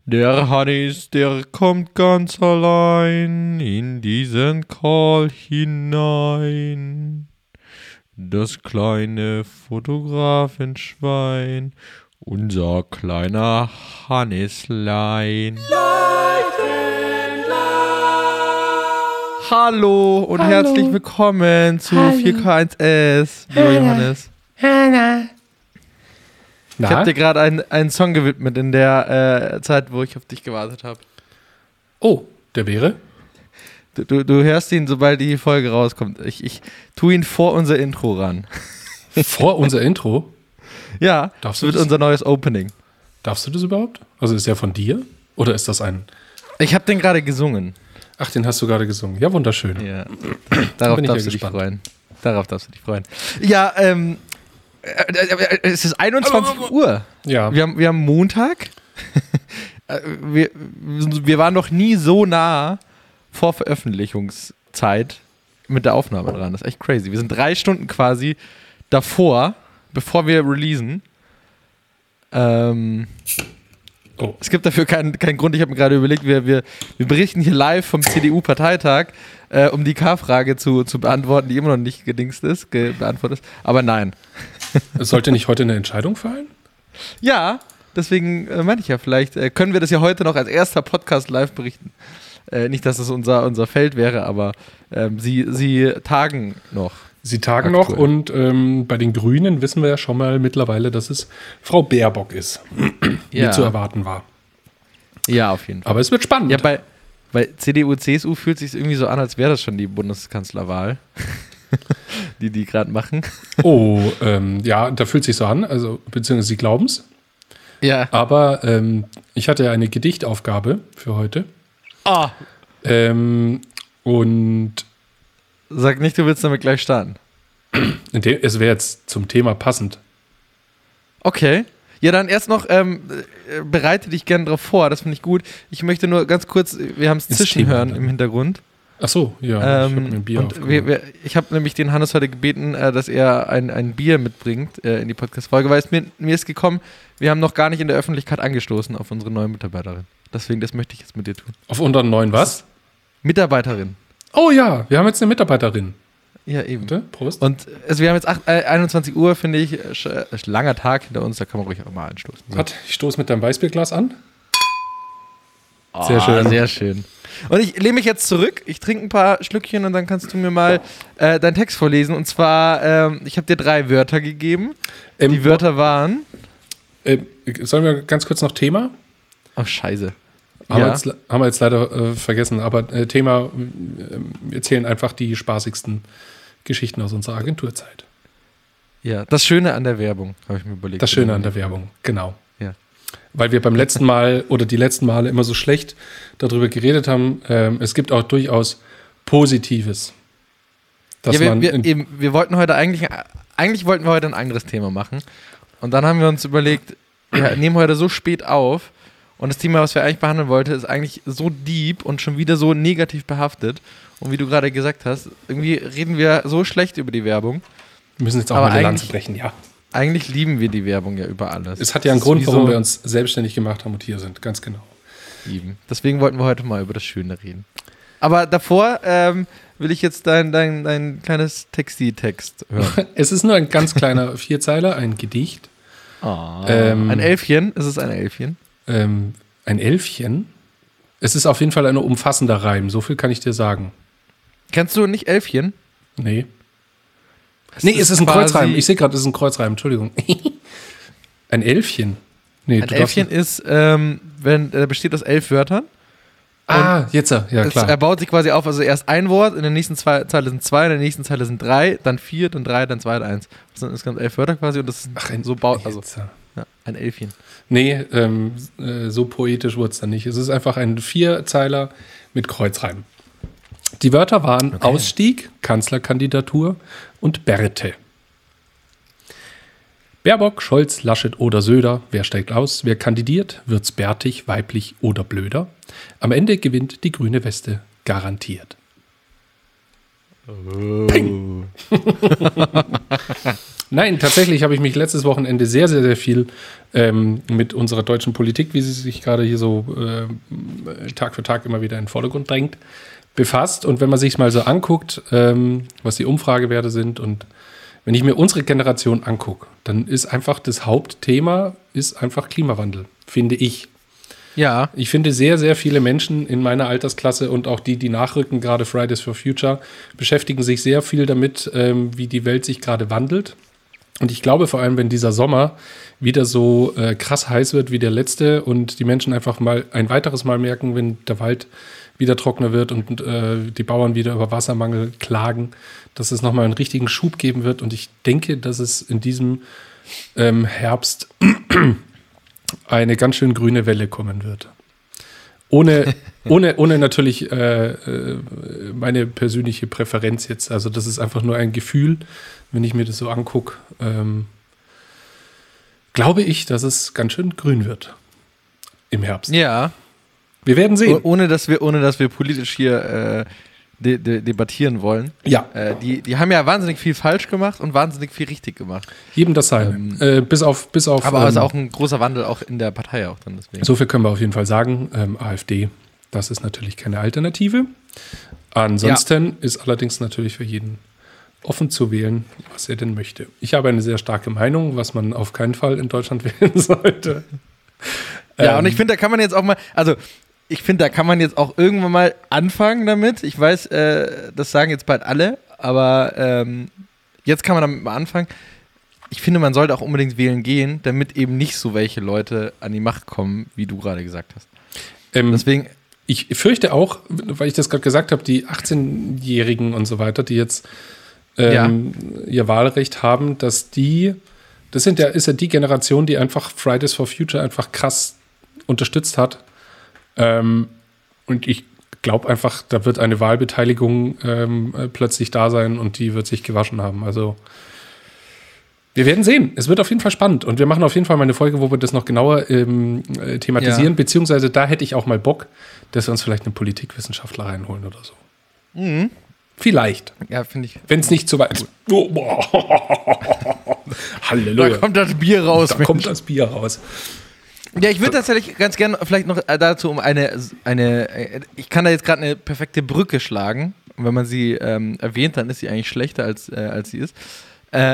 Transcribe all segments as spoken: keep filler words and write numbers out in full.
Der Hannes, der kommt ganz allein in diesen Call hinein. Das kleine Fotografenschwein, unser kleiner Hanneslein. Hallo und Hallo. herzlich willkommen zu Hallo. vier K eins S, lieber Johannes. Hanna. Ich habe dir gerade einen, einen Song gewidmet in der äh, Zeit, wo ich auf dich gewartet habe. Oh, der wäre? Du, du, du hörst ihn, sobald die Folge rauskommt. Ich, ich tue ihn vor unser Intro ran. Vor unser Intro? Ja, Darfst das wird du das? unser neues Opening. Darfst du das überhaupt? Also ist der von dir? Oder ist das ein... Ich habe den gerade gesungen. Ach, den hast du gerade gesungen. Ja, wunderschön. Ja, darauf bin ich darfst ja du dich gespannt. freuen. Darauf darfst du dich freuen. Ja, ähm, äh, äh, es ist einundzwanzig Uhr. Ja. Wir haben, wir haben Montag. Äh, wir, wir waren noch nie so nah vor Veröffentlichungszeit mit der Aufnahme dran. Das ist echt crazy. Wir sind drei Stunden quasi davor, bevor wir releasen. Ähm, Oh. Es gibt dafür keinen, keinen Grund. Ich habe mir gerade überlegt, wir, wir, wir berichten hier live vom C D U-Parteitag, äh, um die K-Frage zu, zu beantworten, die immer noch nicht gedingst ist, ge- beantwortet ist. Aber nein. Es sollte nicht heute eine Entscheidung fallen? Ja, deswegen äh, meine ich ja, vielleicht äh, können wir das ja heute noch als erster Podcast live berichten. Äh, nicht, dass es unser, unser Feld wäre, aber ähm, sie, sie tagen noch. Sie tagen Aktuell. noch und ähm, bei den Grünen wissen wir ja schon mal mittlerweile, dass es Frau Baerbock ist, Ja. wie zu erwarten war. Ja, auf jeden Fall. Aber es wird spannend. Ja, bei, bei C D U, C S U fühlt es sich irgendwie so an, als wäre das schon die Bundeskanzlerwahl, die die gerade machen. Oh, ähm, ja, da fühlt sich so an, also beziehungsweise sie glauben es. Ja. Aber ähm, ich hatte ja eine Gedichtaufgabe für heute. Ah, Ähm, und sag nicht, du willst damit gleich starten. in dem, es wäre jetzt zum Thema passend. Okay. Ja, dann erst noch, ähm, äh, bereite dich gerne darauf vor, das finde ich gut. Ich möchte nur ganz kurz, wir haben es Ins zischen Thema hören dann. im Hintergrund. Ach so, ja. ich hab mir Ähm, ein Bier und wir, aufgemacht. wir, ich habe nämlich den Hannes heute gebeten, äh, dass er ein, ein Bier mitbringt äh, in die Podcast-Folge, weil es mir, mir ist gekommen, wir haben noch gar nicht in der Öffentlichkeit angestoßen auf unsere neue Mitarbeiterin. Deswegen, das möchte ich jetzt mit dir tun. Auf unseren neuen was? Mitarbeiterin. Oh ja, wir haben jetzt eine Mitarbeiterin. Ja, eben. Warte, Prost. Und also wir haben jetzt acht, äh, einundzwanzig Uhr, finde ich, sch, äh, langer Tag hinter uns, da kann man ruhig auch mal anstoßen. So. Warte, ich stoße mit deinem Weißbierglas an. Oh, Sehr schön. Sehr schön. Und ich lehne mich jetzt zurück, ich trinke ein paar Schlückchen und dann kannst du mir mal äh, deinen Text vorlesen. Und zwar, ähm, ich habe dir drei Wörter gegeben. Ähm, Die Wörter waren... Äh, sollen wir ganz kurz noch Thema? Oh, scheiße. Haben, Ja. wir, jetzt, haben wir jetzt leider äh, vergessen, aber äh, Thema, äh, wir erzählen einfach die spaßigsten Geschichten aus unserer Agenturzeit. Ja, das Schöne an der Werbung, habe ich mir überlegt. Das Schöne an der Werbung, genau. Ja. Weil wir beim letzten Mal oder die letzten Male immer so schlecht darüber geredet haben. Ähm, es gibt auch durchaus Positives. Dass Ja, wir, man wir, in, eben, wir wollten heute eigentlich, eigentlich wollten wir heute ein anderes Thema machen. Und dann haben wir uns überlegt, wir nehmen heute so spät auf und das Thema, was wir eigentlich behandeln wollten, ist eigentlich so deep und schon wieder so negativ behaftet. Und wie du gerade gesagt hast, irgendwie reden wir so schlecht über die Werbung. wir müssen jetzt auch aber mal eine Lanze eigentlich- brechen, ja. Eigentlich lieben wir die Werbung ja über alles. Es hat ja einen Das ist Grund, wie warum so wir uns selbstständig gemacht haben und hier sind, ganz genau. lieben. Deswegen wollten wir heute mal über das Schöne reden. Aber davor ähm, will ich jetzt dein, dein, dein kleines Texti-Text hören. Es ist nur ein ganz kleiner Vierzeiler, ein Gedicht. Oh. Ähm, ein Elfchen? Ist es ein Elfchen? Ähm, ein Elfchen. Es ist auf jeden Fall ein umfassender Reim, so viel kann ich dir sagen. Kennst du nicht Elfchen? Nee. Nee, es ist ein quasi- Kreuzreim. Ich sehe gerade, es ist ein Kreuzreim, Entschuldigung. Ein Elfchen? Nee, Ein du darfst Elfchen ist, ähm, wenn, er besteht aus elf Wörtern. Ah, jetzt, ja, Es, klar. er baut sich quasi auf, also erst ein Wort, in der nächsten zwei, Zeile sind zwei, in der nächsten Zeile sind drei, dann vier, dann drei, dann zwei, dann eins. Das sind insgesamt elf Wörter quasi und das ist Ach, ein, so baut, also Jetzt, ja. ja, ein Elfchen. Nee, ähm, äh, so poetisch wurde es dann nicht. Es ist einfach ein Vierzeiler mit Kreuzreim. Die Wörter waren Okay. Ausstieg, Kanzlerkandidatur und Bärte. Baerbock, Scholz, Laschet oder Söder. Wer steigt aus? Wer kandidiert? Wird's bärtig, weiblich oder blöder? Am Ende gewinnt die grüne Weste garantiert. Oh. Nein, tatsächlich habe ich mich letztes Wochenende sehr, sehr, sehr viel ähm, mit unserer deutschen Politik, wie sie sich gerade hier so äh, Tag für Tag immer wieder in den Vordergrund drängt, befasst. Und wenn man sich mal so anguckt, ähm, was die Umfragewerte sind und wenn ich mir unsere Generation angucke, dann ist einfach das Hauptthema ist einfach Klimawandel, finde ich. Ja. Ich finde, sehr, sehr viele Menschen in meiner Altersklasse und auch die, die nachrücken, gerade Fridays for Future, beschäftigen sich sehr viel damit, ähm, wie die Welt sich gerade wandelt. Und ich glaube vor allem, wenn dieser Sommer wieder so äh, krass heiß wird wie der letzte und die Menschen einfach mal ein weiteres Mal merken, wenn der Wald wieder trockener wird und äh, die Bauern wieder über Wassermangel klagen, dass es nochmal einen richtigen Schub geben wird. Und ich denke, dass es in diesem ähm, Herbst eine ganz schön grüne Welle kommen wird. Ohne, ohne, ohne natürlich äh, meine persönliche Präferenz jetzt. Also das ist einfach nur ein Gefühl, wenn ich mir das so angucke. Ähm, glaube ich, dass es ganz schön grün wird im Herbst. Ja. Wir werden sehen. Oh, ohne, dass wir, ohne dass wir politisch hier äh, de- de- debattieren wollen. Ja. Äh, die, die haben ja wahnsinnig viel falsch gemacht und wahnsinnig viel richtig gemacht. Jedem das seine. Ähm, äh, bis auf, bis auf. Aber ähm, es ist auch ein großer Wandel auch in der Partei auch dann deswegen. So viel können wir auf jeden Fall sagen. Ähm, AfD, das ist natürlich keine Alternative. Ansonsten ja. ist allerdings natürlich für jeden offen zu wählen, was er denn möchte. Ich habe eine sehr starke Meinung, was man auf keinen Fall in Deutschland wählen sollte. Ja, ähm, und ich finde, da kann man jetzt auch mal, also ich finde, da kann man jetzt auch irgendwann mal anfangen damit. Ich weiß, äh, das sagen jetzt bald alle, aber ähm, jetzt kann man damit mal anfangen. Ich finde, man sollte auch unbedingt wählen gehen, damit eben nicht so welche Leute an die Macht kommen, wie du gerade gesagt hast. Ähm, Deswegen. Ich fürchte auch, weil ich das gerade gesagt habe, die achtzehnjährigen und so weiter, die jetzt ähm, ja. ihr Wahlrecht haben, dass die, das sind ja, ist ja die Generation, die einfach Fridays for Future einfach krass unterstützt hat. Ähm, und ich glaube einfach, da wird eine Wahlbeteiligung ähm, plötzlich da sein und die wird sich gewaschen haben. Also wir werden sehen. Es wird auf jeden Fall spannend. Und wir machen auf jeden Fall mal eine Folge, wo wir das noch genauer ähm, thematisieren. Ja. Beziehungsweise da hätte ich auch mal Bock, dass wir uns vielleicht einen Politikwissenschaftler reinholen oder so. Mhm. Vielleicht. Ja, finde ich. Wenn es nicht zu weit ist. Oh, Halleluja. Da kommt das Bier raus. Da Mensch. kommt das Bier raus. Ja, ich würde tatsächlich ganz gerne vielleicht noch dazu um eine, eine ich kann da jetzt gerade eine perfekte Brücke schlagen. Und wenn man sie ähm, erwähnt, dann ist sie eigentlich schlechter, als, äh, als sie ist. Äh,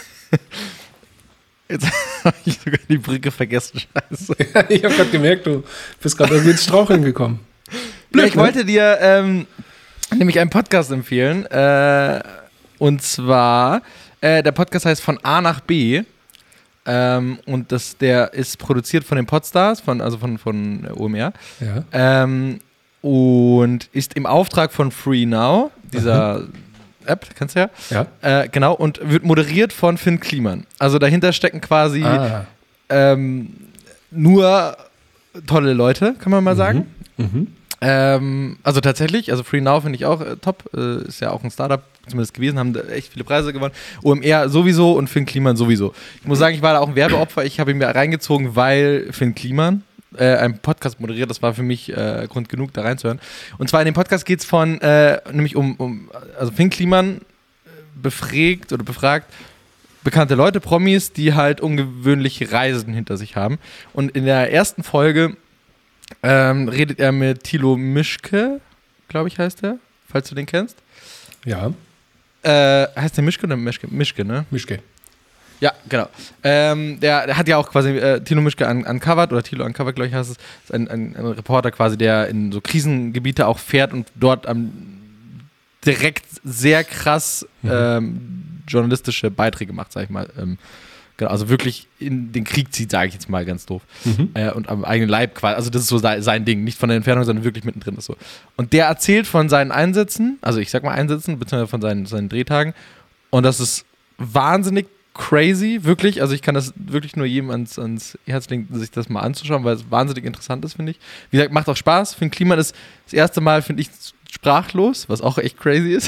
Jetzt habe ich sogar die Brücke vergessen, scheiße. Ich habe gerade gemerkt, du bist gerade irgendwie ins Straucheln gekommen. Blöd, ja, ich ne? wollte dir ähm, nämlich einen Podcast empfehlen. Äh, und zwar, äh, der Podcast heißt Von A nach B. Ähm, und das, der ist produziert von den Podstars, von, also von, von O M R. Ja. Ähm, und ist im Auftrag von Free Now, dieser mhm. App, kennst du ja? Ja. Äh, genau, und wird moderiert von Finn Kliman. Also dahinter stecken quasi ah. ähm, nur tolle Leute, kann man mal mhm. sagen. Mhm. Ähm, also tatsächlich, also Free Now finde ich auch äh, top. Äh, ist ja auch ein Startup zumindest gewesen, haben echt viele Preise gewonnen. O M R sowieso und Finn Kliman sowieso. Ich muss sagen, ich war da auch ein Werbeopfer. Ich habe ihn mir reingezogen, weil Finn Kliman äh, einen Podcast moderiert. Das war für mich äh, Grund genug, da reinzuhören. Und zwar in dem Podcast geht es von, äh, nämlich um, um, also Finn Kliman befragt oder befragt bekannte Leute, Promis, die halt ungewöhnliche Reisen hinter sich haben. Und in der ersten Folge ähm, redet er mit Thilo Mischke, glaube ich heißt er, falls du den kennst. Ja. Äh, heißt der Mischke oder Mischke? Mischke, ne? Mischke. Ja, genau. Ähm, der, der hat ja auch quasi äh, Thilo Mischke un- uncovered, oder Thilo uncovered, glaube ich, heißt es. Ist ein, ein, ein Reporter quasi, der in so Krisengebiete auch fährt und dort am direkt sehr krass mhm. ähm, journalistische Beiträge macht, sag ich mal. Ähm, genau, also wirklich in den Krieg zieht, sage ich jetzt mal ganz doof. Mhm. Äh, und am eigenen Leib quasi. Also das ist so sein, sein Ding. Nicht von der Entfernung, sondern wirklich mittendrin ist so. Und der erzählt von seinen Einsätzen, also ich sag mal Einsätzen, beziehungsweise von seinen, seinen Drehtagen. Und das ist wahnsinnig crazy, wirklich. Also ich kann das wirklich nur jedem ans, ans Herz legen, sich das mal anzuschauen, weil es wahnsinnig interessant ist, finde ich. Wie gesagt, macht auch Spaß. Finn Kliman ist das erste Mal, finde ich, sprachlos, was auch echt crazy ist.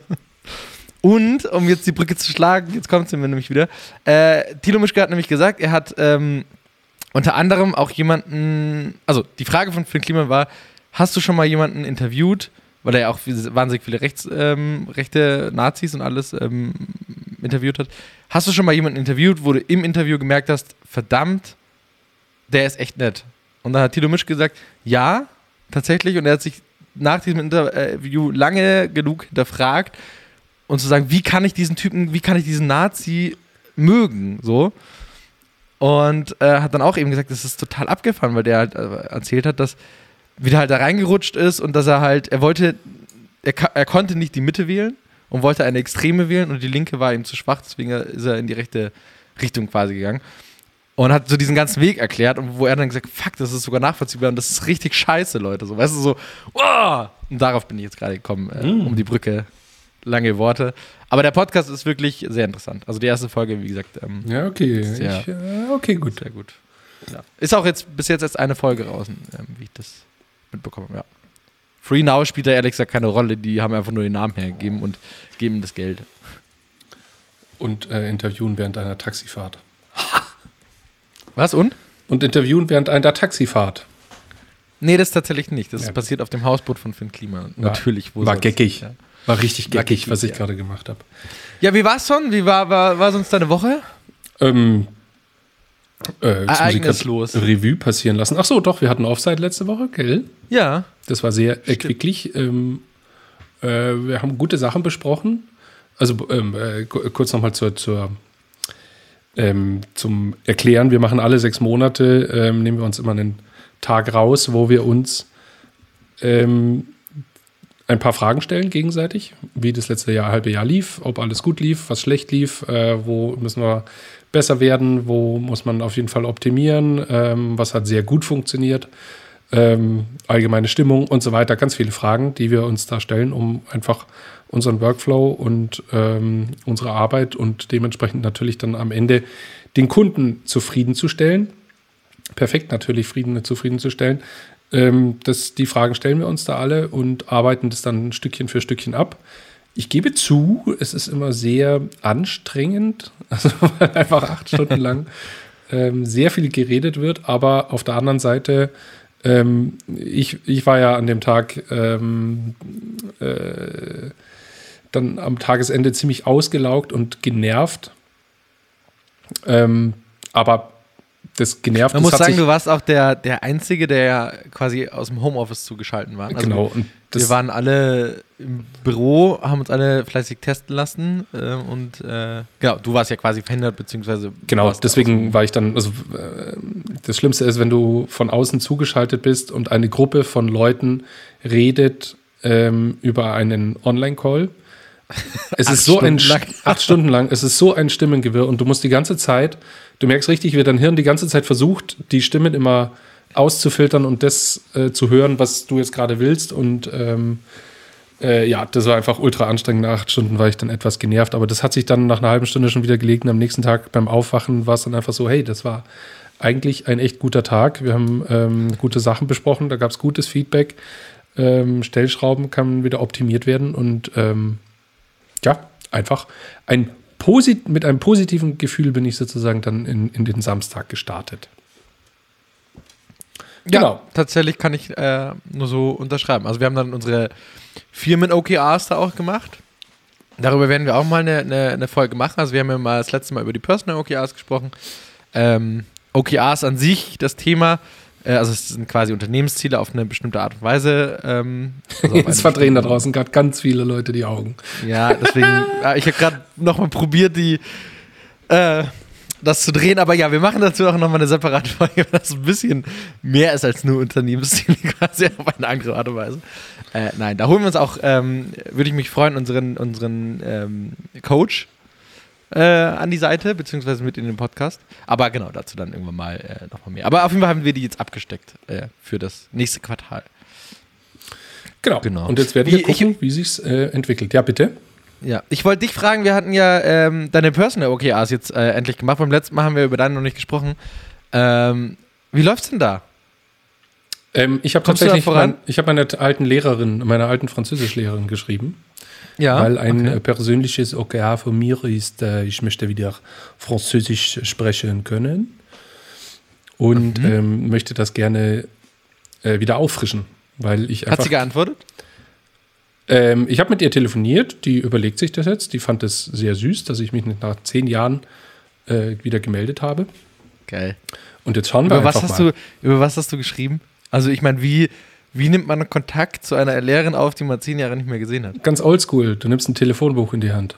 Und, um jetzt die Brücke zu schlagen, jetzt kommt es mir nämlich wieder, äh, Thilo Mischke hat nämlich gesagt, er hat ähm, unter anderem auch jemanden, also die Frage von Finn Kliman war, hast du schon mal jemanden interviewt, weil er ja auch wahnsinnig viele Rechts, ähm, rechte Nazis und alles ähm, interviewt hat. Hast du schon mal jemanden interviewt, wo du im Interview gemerkt hast, verdammt, der ist echt nett? Und dann hat Tilo Misch gesagt, ja, tatsächlich. Und er hat sich nach diesem Interview lange genug hinterfragt und zu sagen, wie kann ich diesen Typen, wie kann ich diesen Nazi mögen, so. Und äh, hat dann auch eben gesagt, das ist total abgefahren, weil der halt äh, erzählt hat, dass wie der halt da reingerutscht ist und dass er halt, er wollte, er, er konnte nicht die Mitte wählen und wollte eine Extreme wählen und die Linke war ihm zu schwach, deswegen ist er in die rechte Richtung quasi gegangen. Und hat so diesen ganzen Weg erklärt und wo er dann gesagt, fuck, das ist sogar nachvollziehbar und das ist richtig scheiße, Leute. So, weißt du, so, wow! Und darauf bin ich jetzt gerade gekommen, äh, mm. um die Brücke. Lange Worte. Aber der Podcast ist wirklich sehr interessant. Also die erste Folge, wie gesagt. Ähm, ja, okay. Sehr, ich, äh, okay, gut. Sehr gut. Ja. Ist auch jetzt bis jetzt erst eine Folge raus, ähm, wie ich das mitbekomme, ja. Free Now spielt da ehrlich gesagt keine Rolle. Die haben einfach nur den Namen hergegeben und geben das Geld. Und äh, interviewen während einer Taxifahrt. Was, und? Und interviewen während einer Taxifahrt. Nee, das tatsächlich nicht. Das ja. ist passiert auf dem Hausboot von Finn Klima. War, Natürlich. Wo war sonst, geckig. Ja. War richtig War geckig, geckig, was ich ja. gerade gemacht habe. Ja, wie war's schon? Wie war, war, war sonst deine Woche? Ähm, äh, Ereignislos. Revue passieren lassen. Ach so, doch, wir hatten Offside letzte Woche, gell? Ja. Das war sehr erquicklich. Ähm, äh, wir haben gute Sachen besprochen. Also ähm, äh, kurz nochmal zur, zur, ähm, zum Erklären. Wir machen alle sechs Monate, ähm, nehmen wir uns immer einen Tag raus, wo wir uns ähm, ein paar Fragen stellen gegenseitig, wie das letzte Jahr, halbe Jahr lief, ob alles gut lief, was schlecht lief, äh, wo müssen wir besser werden, wo muss man auf jeden Fall optimieren, ähm, was hat sehr gut funktioniert, ähm, allgemeine Stimmung und so weiter. Ganz viele Fragen, die wir uns da stellen, um einfach unseren Workflow und ähm, unsere Arbeit und dementsprechend natürlich dann am Ende den Kunden zufriedenzustellen. Perfekt natürlich Frieden, zufriedenzustellen. Ähm, das, die Fragen stellen wir uns da alle und arbeiten das dann Stückchen für Stückchen ab. Ich gebe zu, es ist immer sehr anstrengend, also weil einfach acht Stunden lang ähm, sehr viel geredet wird, aber auf der anderen Seite, ähm, ich, ich war ja an dem Tag ähm, äh, dann am Tagesende ziemlich ausgelaugt und genervt, ähm, aber das genervt. Man das muss hat sagen, sich, du warst auch der, der Einzige, der ja quasi aus dem Homeoffice zugeschaltet war. Also genau. Und das wir waren alle im Büro, haben uns alle fleißig testen lassen äh, und äh, genau, du warst ja quasi verhindert, beziehungsweise genau, deswegen war ich dann, also äh, das Schlimmste ist, wenn du von außen zugeschaltet bist und eine Gruppe von Leuten redet ähm, über einen Online-Call. Es ist so ein lang. acht Stunden lang, es ist so ein Stimmengewirr und du musst die ganze Zeit, du merkst richtig, wie dein Hirn die ganze Zeit versucht, die Stimmen immer auszufiltern und das äh, zu hören, was du jetzt gerade willst. Und ähm, äh, ja, das war einfach ultra anstrengend. Nach acht Stunden war ich dann etwas genervt, aber das hat sich dann nach einer halben Stunde schon wieder gelegt und am nächsten Tag beim Aufwachen war es dann einfach so, hey, das war eigentlich ein echt guter Tag. Wir haben ähm, gute Sachen besprochen, da gab es gutes Feedback. Ähm, Stellschrauben kann wieder optimiert werden und ähm, ja, einfach ein Posit- mit einem positiven Gefühl bin ich sozusagen dann in, in den Samstag gestartet. Ja, Genau. tatsächlich kann ich äh, nur so unterschreiben. Also wir haben dann unsere Firmen-O K Rs da auch gemacht. Darüber werden wir auch mal eine, eine, eine Folge machen. Also wir haben ja mal das letzte Mal über die Personal-O K Rs gesprochen. Ähm, O K Rs an sich, das Thema, äh, also es sind quasi Unternehmensziele auf eine bestimmte Art und Weise. Ähm, also Jetzt verdrehen da draußen gerade ganz viele Leute die Augen. Ja, deswegen, äh, ich habe gerade nochmal probiert, die äh, das zu drehen, aber ja, wir machen dazu auch nochmal eine separate Folge, weil das ein bisschen mehr ist als nur Unternehmensziele, quasi auf eine andere Art und Weise. Äh, nein, da holen wir uns auch, ähm, würde ich mich freuen, unseren, unseren ähm, Coach äh, an die Seite, beziehungsweise mit in den Podcast. Aber genau, dazu dann irgendwann mal äh, nochmal mehr. Aber auf jeden Fall haben wir die jetzt abgesteckt äh, für das nächste Quartal. Genau. Genau. Und jetzt werden Wie- wir gucken, wie sich's äh, entwickelt. Ja, bitte. Ja, ich wollte dich fragen, wir hatten ja ähm, deine Personal-O K Rs jetzt äh, endlich gemacht. Beim letzten Mal haben wir über deine noch nicht gesprochen. Ähm, wie läuft's denn da? Ähm, ich habe Kommst du da tatsächlich voran? mein, ich habe meiner alten Lehrerin, meiner alten Französischlehrerin geschrieben, Ja, weil ein okay. äh, persönliches O K R von mir ist, äh, ich möchte wieder Französisch sprechen können und Mhm. ähm, möchte das gerne äh, wieder auffrischen, weil ich Hat einfach sie geantwortet? Ähm, ich habe mit ihr telefoniert, die überlegt sich das jetzt. Die fand es sehr süß, dass ich mich nach zehn Jahren äh, wieder gemeldet habe. Geil. Und jetzt schauen wir über einfach was hast mal. Du, über was hast du geschrieben? Also ich meine, wie, wie nimmt man Kontakt zu einer Lehrerin auf, die man zehn Jahre nicht mehr gesehen hat? Ganz oldschool. Du nimmst ein Telefonbuch in die Hand.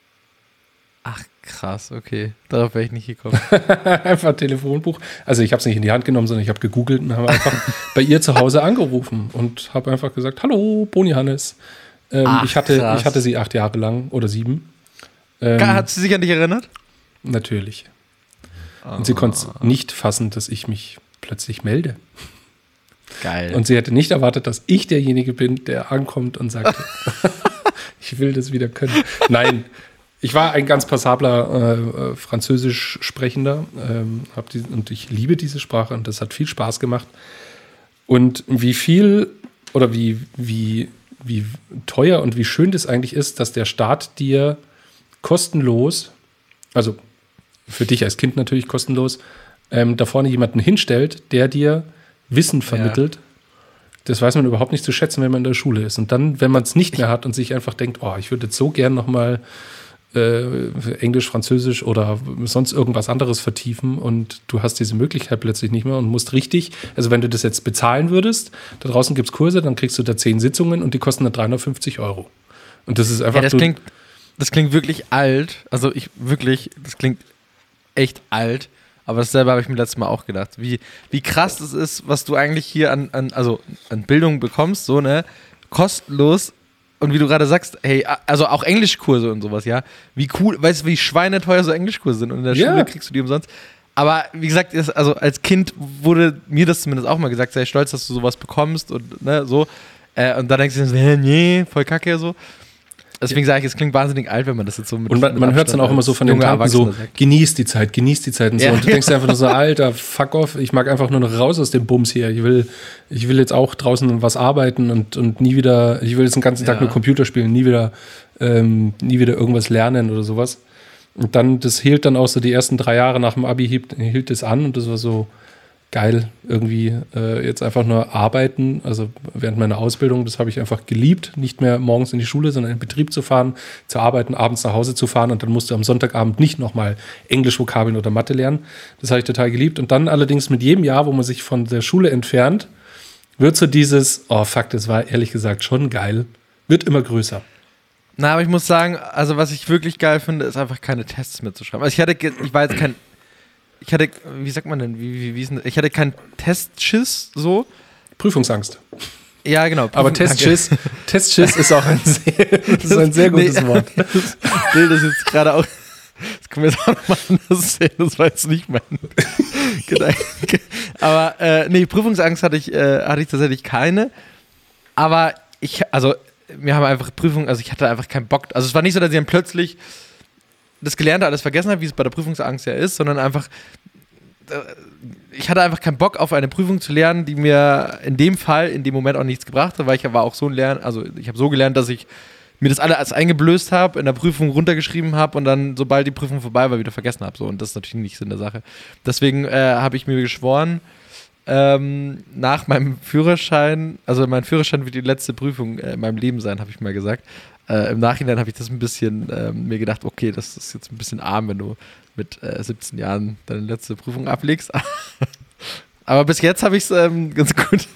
Ach krass, okay. Darauf wäre ich nicht gekommen. Einfach ein Telefonbuch. Also ich habe es nicht in die Hand genommen, sondern ich habe gegoogelt und habe einfach bei ihr zu Hause angerufen und habe einfach gesagt, hallo, Boni Hannes. Ähm, Ach, ich, hatte, krass. ich hatte sie acht Jahre lang oder sieben. Ähm, Hat sie sich an dich erinnert? Natürlich. Oh. Und sie konnte es nicht fassen, dass ich mich plötzlich melde. Geil. Und sie hätte nicht erwartet, dass ich derjenige bin, der ankommt und sagt, ich will das wieder können. Nein, ich war ein ganz passabler äh, Französisch Sprechender ähm, hab die, und ich liebe diese Sprache und das hat viel Spaß gemacht. Und wie viel oder wie, wie, wie teuer und wie schön das eigentlich ist, dass der Staat dir kostenlos, also für dich als Kind natürlich kostenlos, ähm, da vorne jemanden hinstellt, der dir Wissen vermittelt. Ja. Das weiß man überhaupt nicht zu schätzen, wenn man in der Schule ist. Und dann, wenn man es nicht mehr hat und sich einfach denkt, oh, ich würde jetzt so gern nochmal äh, Englisch, Französisch oder sonst irgendwas anderes vertiefen und du hast diese Möglichkeit plötzlich nicht mehr und musst richtig, also wenn du das jetzt bezahlen würdest, da draußen gibt es Kurse, dann kriegst du da zehn Sitzungen und die kosten dann dreihundertfünfzig Euro. Und das ist einfach... Ja, das, klingt, das klingt wirklich alt. Also ich wirklich, das klingt echt alt. Aber dasselbe habe ich mir letztes Mal auch gedacht. Wie, wie krass es ist, was du eigentlich hier an, an, also an Bildung bekommst, so, ne? Kostenlos. Und wie du gerade sagst, hey, also auch Englischkurse und sowas, ja? Wie cool, weißt du, wie schweineteuer so Englischkurse sind und in der Ja. Schule kriegst du die umsonst. Aber wie gesagt, ist, also als Kind wurde mir das zumindest auch mal gesagt, sei stolz, dass du sowas bekommst und ne, so. Äh, und dann denkst du dir so, hä, nee, voll kacke, so. Deswegen sage ich, es klingt wahnsinnig alt, wenn man das jetzt so mit Und man, man hört es dann auch immer so von den Tanten so, genießt die Zeit, genießt die Zeit und so. Ja. Und du denkst dir einfach nur so, Alter, fuck off, ich mag einfach nur noch raus aus dem Bums hier. Ich will, ich will jetzt auch draußen was arbeiten und, und nie wieder, ich will jetzt den ganzen Tag Ja. nur Computer spielen, nie wieder, ähm, nie wieder irgendwas lernen oder sowas. Und dann, das hielt dann auch so die ersten drei Jahre nach dem Abi, hielt, hielt das an und das war so geil, irgendwie äh, jetzt einfach nur arbeiten, also während meiner Ausbildung, das habe ich einfach geliebt, nicht mehr morgens in die Schule, sondern in den Betrieb zu fahren, zu arbeiten, abends nach Hause zu fahren und dann musst du am Sonntagabend nicht nochmal Englisch-Vokabeln oder Mathe lernen. Das habe ich total geliebt und dann allerdings mit jedem Jahr, wo man sich von der Schule entfernt, wird so dieses, oh fuck, das war ehrlich gesagt schon geil, wird immer größer. Na, aber ich muss sagen, also was ich wirklich geil finde, ist einfach keine Tests mehr zu schreiben. Also ich hatte, ge- ich war jetzt kein, ich hatte, wie sagt man denn, wie, wie, wie ist denn, ich hatte keinen Testschiss so. Prüfungsangst. Ja, genau. Aber Testschiss, Testschiss ist auch ein sehr, das ist ein sehr gutes Nee, Wort. Das Bild ist jetzt gerade auch, das können wir jetzt auch nochmal anders sehen, das war jetzt nicht mein Gedanke. Aber äh, nee, Prüfungsangst hatte ich, äh, hatte ich tatsächlich keine. Aber ich, also wir haben einfach Prüfungen, also ich hatte einfach keinen Bock. Also es war nicht so, dass ich dann plötzlich das Gelernte alles vergessen habe, wie es bei der Prüfungsangst ja ist, sondern einfach, äh, ich hatte einfach keinen Bock auf eine Prüfung zu lernen, die mir in dem Fall, in dem Moment auch nichts gebracht hat, weil ich war auch so ein Lern, also ich habe so gelernt, dass ich mir das alles eingeblößt habe, in der Prüfung runtergeschrieben habe und dann, sobald die Prüfung vorbei war, wieder vergessen habe. So. Und das ist natürlich nicht Sinn der Sache. Deswegen äh, habe ich mir geschworen, ähm, nach meinem Führerschein, also mein Führerschein wird die letzte Prüfung äh, in meinem Leben sein, habe ich mal gesagt. Äh, Im Nachhinein habe ich das ein bisschen äh, mir gedacht, okay, das ist jetzt ein bisschen arm, wenn du mit äh, siebzehn Jahren deine letzte Prüfung ablegst. Aber bis jetzt habe ich es ähm, ganz gut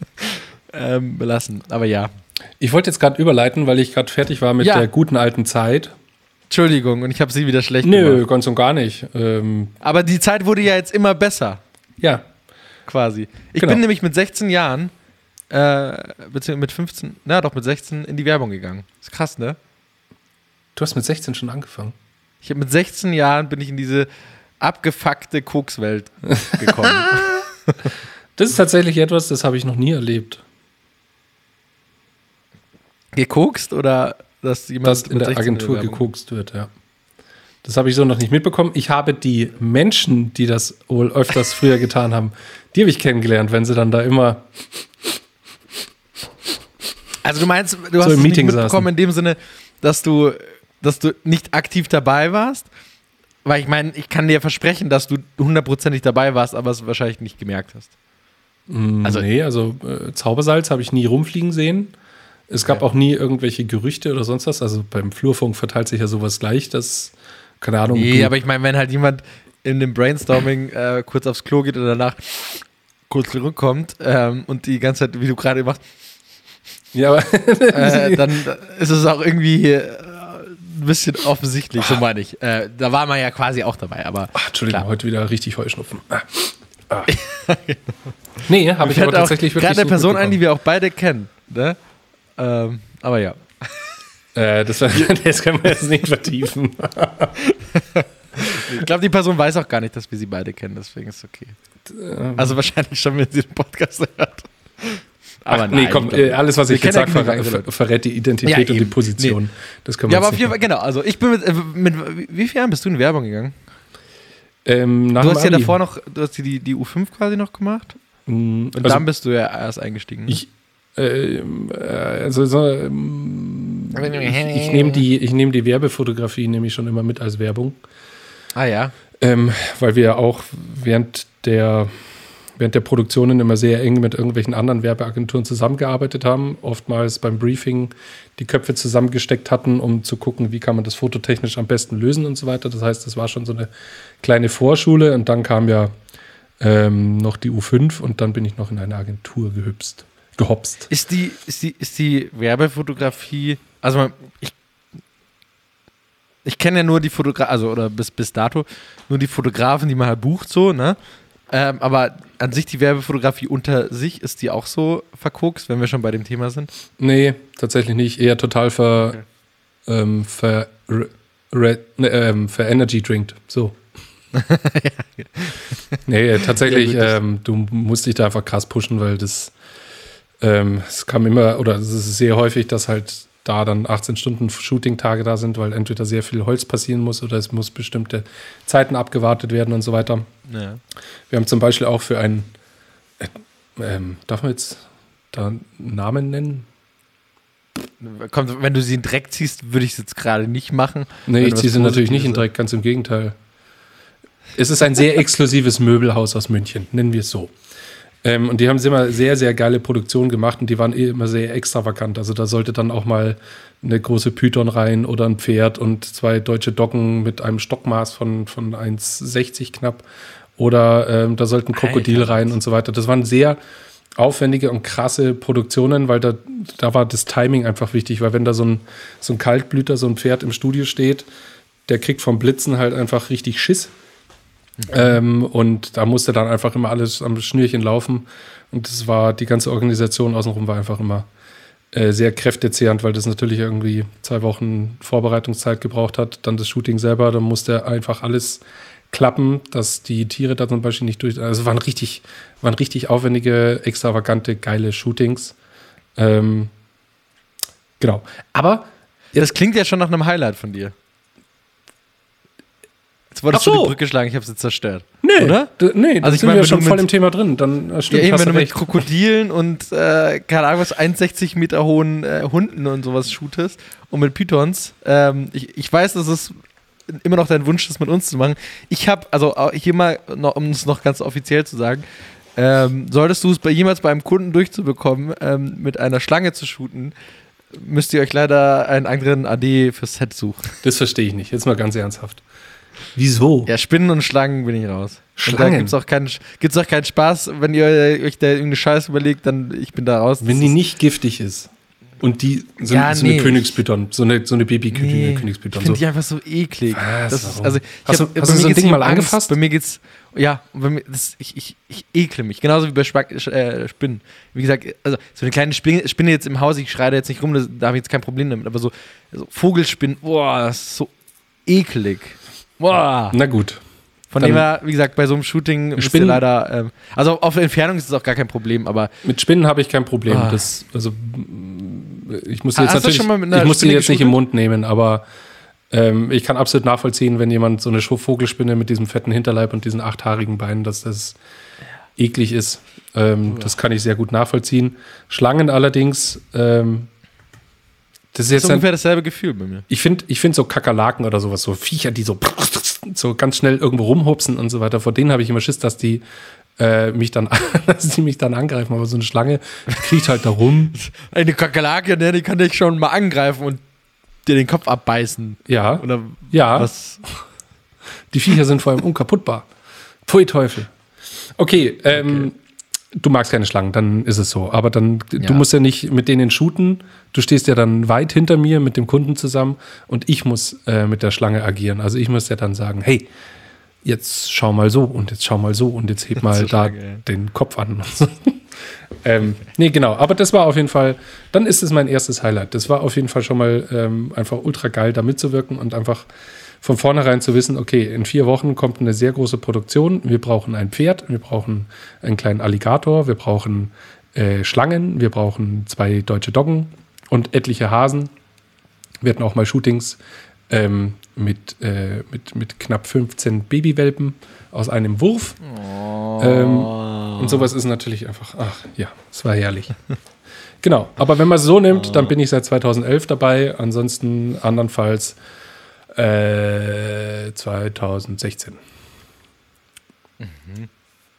ähm, belassen. Aber ja. Ich wollte jetzt gerade überleiten, weil ich gerade fertig war mit Ja. der guten alten Zeit. Entschuldigung, und ich habe sie wieder schlecht Nö, gemacht. ganz und gar nicht. Ähm, Aber die Zeit wurde ja jetzt immer besser, ja, quasi. Ich Genau. bin nämlich mit sechzehn Jahren, äh, beziehungsweise mit fünfzehn, na doch, mit sechzehn in die Werbung gegangen. Ist krass, ne? du hast mit sechzehn schon angefangen. Ich habe mit sechzehn Jahren bin ich in diese abgefuckte Kokswelt gekommen. Das ist tatsächlich etwas, das habe ich noch nie erlebt. Gekokst oder dass jemand Dass in mit der sechzehn Agentur Werbung- gekokst wird, ja. Das habe ich so noch nicht mitbekommen. Ich habe die Menschen, die das wohl öfters früher getan haben, die habe ich kennengelernt, wenn sie dann da immer Also du meinst, du So hast im es Meeting nicht mitbekommen saßen. in dem Sinne, dass du, dass du nicht aktiv dabei warst? Weil ich meine, ich kann dir versprechen, dass du hundertprozentig dabei warst, aber es wahrscheinlich nicht gemerkt hast. Mm, Also- nee, also äh, Zaubersalz habe ich nie rumfliegen sehen. Es gab Ja. auch nie irgendwelche Gerüchte oder sonst was. Also beim Flurfunk verteilt sich ja sowas gleich, dass, keine Ahnung. Nee, du, aber ich meine, wenn halt jemand in dem Brainstorming äh, kurz aufs Klo geht und danach kurz zurückkommt ähm, und die ganze Zeit, wie du gerade machst, ja, aber äh, dann ist es auch irgendwie äh, ein bisschen offensichtlich, so meine ich. Äh, da war man ja quasi auch dabei, aber Ach, Entschuldigung, klar. heute wieder richtig Heuschnupfen. Ah. Ah. Nee, habe ich fällt aber auch tatsächlich wirklich gerade eine nicht Person ein, mitbekommen. die wir auch beide kennen. Ne? Ähm, aber ja. Äh, das, war, das können wir jetzt nicht vertiefen. Ich glaube, die Person weiß auch gar nicht, dass wir sie beide kennen, deswegen ist es okay. Also wahrscheinlich schon, wenn sie den Podcast hört. Aber Ach, nee, nein, komm, ich glaub, äh, alles, was ich wir jetzt sage, kennen ja ver genug andere ver verrät die Identität Ja, und die eben. Position. Nee. Das können wir Ja, aber jetzt auf jeden nicht Fall, genau. Also ich bin mit, äh, mit wie vielen Jahren bist du in Werbung gegangen? machen. Ähm, nach Du dem hast ja Abi. davor noch, du hast die, die U fünf quasi noch gemacht Mm, und also dann bist du ja erst eingestiegen. Ne? ich, ähm, äh, also so, ähm, ich, ich nehme die, ich nehm die Werbefotografie nämlich schon immer mit als Werbung, ah ja. ähm, weil wir ja auch während der, während der Produktionen immer sehr eng mit irgendwelchen anderen Werbeagenturen zusammengearbeitet haben, oftmals beim Briefing die Köpfe zusammengesteckt hatten, um zu gucken, wie kann man das fototechnisch am besten lösen und so weiter. Das heißt, das war schon so eine kleine Vorschule und dann kam ja ähm, noch die U fünf und dann bin ich noch in eine Agentur gehüpst, gehopst. Ist die, ist die, ist die Werbefotografie, also man, ich, ich kenne ja nur die Fotografen, also oder bis, bis dato, nur die Fotografen, die man halt bucht, so, ne? Ähm, aber an sich die Werbefotografie unter sich, ist die auch so verkokst, wenn wir schon bei dem Thema sind? Nee, tatsächlich nicht. Eher total ver, Okay. ähm, ver, re, re, ne, ähm, ver Energy drinkt. So. Nee, tatsächlich, Ja, gut, das- ähm, du musst dich da einfach krass pushen, weil das, ähm, es kam immer, oder es ist sehr häufig, dass halt da dann achtzehn Stunden Shooting-Tage da sind, weil entweder sehr viel Holz passieren muss oder es muss bestimmte Zeiten abgewartet werden und so weiter. Ja. Wir haben zum Beispiel auch für einen, äh, ähm, darf man jetzt da einen Namen nennen? Kommt, wenn du sie in den Dreck ziehst, würde ich es jetzt gerade nicht machen. Nee, Wenn ich du ziehe was sie natürlich nicht in Positives- Dreck, ganz im Gegenteil. Es ist ein sehr exklusives Möbelhaus aus München, nennen wir es so. Ähm, und die haben immer sehr, sehr geile Produktionen gemacht und die waren eh immer sehr extravagant. Also da sollte dann auch mal eine große Python rein oder ein Pferd und zwei deutsche Doggen mit einem Stockmaß von, von eins sechzig knapp. Oder ähm, da sollte ein Krokodil Alter, rein und so weiter. Das waren sehr aufwendige und krasse Produktionen, weil da, da war das Timing einfach wichtig, weil wenn da so ein, so ein Kaltblüter, so ein Pferd im Studio steht, der kriegt vom Blitzen halt einfach richtig Schiss. Ähm, und da musste dann einfach immer alles am Schnürchen laufen. Und das war, die ganze Organisation außenrum war einfach immer äh, sehr kräftezehrend, weil das natürlich irgendwie zwei Wochen Vorbereitungszeit gebraucht hat. Dann das Shooting selber, dann musste einfach alles klappen, dass die Tiere da zum Beispiel nicht durch. Also waren richtig, waren richtig aufwendige, extravagante, geile Shootings. Ähm, genau. Aber Das klingt ja schon nach einem Highlight von dir. Jetzt wolltest Ach so. du die Brücke schlagen, ich habe sie zerstört. nee, Oder? d- nee, da Also ich sind meine, wir wenn schon du voll mit- im Thema drin. Dann äh, Ja, stimmt, eben, hast wenn du du mit recht. Krokodilen und, äh, keine Ahnung was, eins Komma sechzig Meter hohen äh, Hunden und sowas shootest und mit Pythons. Ähm, ich, ich weiß, dass es immer noch dein Wunsch ist, mit uns zu machen. Ich habe, also auch hier mal, noch, um es noch ganz offiziell zu sagen, ähm, solltest du es bei, jemals bei einem Kunden durchzubekommen, ähm, mit einer Schlange zu shooten, müsst ihr euch leider einen anderen A D fürs Set suchen. Das verstehe ich nicht. Jetzt mal ganz ernsthaft. Wieso? Ja, Spinnen und Schlangen bin ich raus. Und da Schlangen? gibt's auch keinen gibt's auch keinen Spaß, wenn ihr euch da irgendeine Scheiße überlegt, dann ich bin da raus. Wenn Das die ist- nicht giftig ist und die so, Ja, so nee. eine Königspython, so eine, so eine Nee, Baby-Königspython. ich finde So. die einfach so eklig. Was? Das ist, Warum? also, ich Hast du- hab, hast bei du mir so ein geht's Ding nicht mal um Angst, angefasst? Bei mir geht's, ja, bei mir, das, ich, ich, ich ekle mich. Genauso wie bei Spack, äh, Spinnen. Wie gesagt, also so eine kleine Spinne, Spinne jetzt im Haus, ich schreie da jetzt nicht rum, das, da habe ich jetzt kein Problem damit. Aber so, so Vogelspinnen, boah, das ist so eklig. Boah. Na gut. Von Dann- dem her, wie gesagt, bei so einem Shooting müsst ihr Spinnen- leider, ähm, also auf Entfernung ist es auch gar kein Problem, aber Mit Spinnen habe ich kein Problem. Ah. Das, also, mm, ich muss die Ah, jetzt hast du natürlich, schon mal mit einer ich muss die Spinne jetzt nicht im geshootet? Mund nehmen, aber ähm, ich kann absolut nachvollziehen, wenn jemand so eine Vogelspinne mit diesem fetten Hinterleib und diesen achthaarigen Beinen, dass das eklig ist. Ähm, Das kann ich sehr gut nachvollziehen. Schlangen allerdings, ähm, das ist das jetzt ist dann, ungefähr dasselbe Gefühl bei mir. ich finde ich find so Kakerlaken oder sowas, so Viecher, die so, so ganz schnell irgendwo rumhupsen und so weiter, vor denen habe ich immer Schiss, dass die äh, mich dann, dass die mich dann angreifen, aber so eine Schlange kriecht halt da rum. Eine Kakerlake, ne, die kann dich schon mal angreifen und dir den Kopf abbeißen. Ja, Oder ja. was? Die Viecher sind vor allem unkaputtbar. Pfui Teufel. Okay, ähm, okay. Du magst keine Schlangen, dann ist es so. Aber dann, ja. du musst ja nicht mit denen shooten. Du stehst ja dann weit hinter mir mit dem Kunden zusammen und ich muss äh, mit der Schlange agieren. Also ich muss ja dann sagen, hey, jetzt schau mal so und jetzt schau mal so und jetzt heb mal so da Schlange, ja. den Kopf an. Und so. ähm, nee, genau. Aber das war auf jeden Fall, dann ist es mein erstes Highlight. Das war auf jeden Fall schon mal ähm, einfach ultra geil, da mitzuwirken und einfach von vornherein zu wissen, okay, in vier Wochen kommt eine sehr große Produktion. Wir brauchen ein Pferd, wir brauchen einen kleinen Alligator, wir brauchen äh, Schlangen, wir brauchen zwei deutsche Doggen und etliche Hasen. Wir hatten auch mal Shootings ähm, mit, äh, mit, mit knapp fünfzehn Babywelpen aus einem Wurf. Oh. Ähm, und sowas ist natürlich einfach, ach ja, es war herrlich. Genau, aber wenn man es so nimmt, oh. dann bin ich seit zweitausendelf dabei. Ansonsten andernfalls Äh, zweitausendsechzehn. Mhm.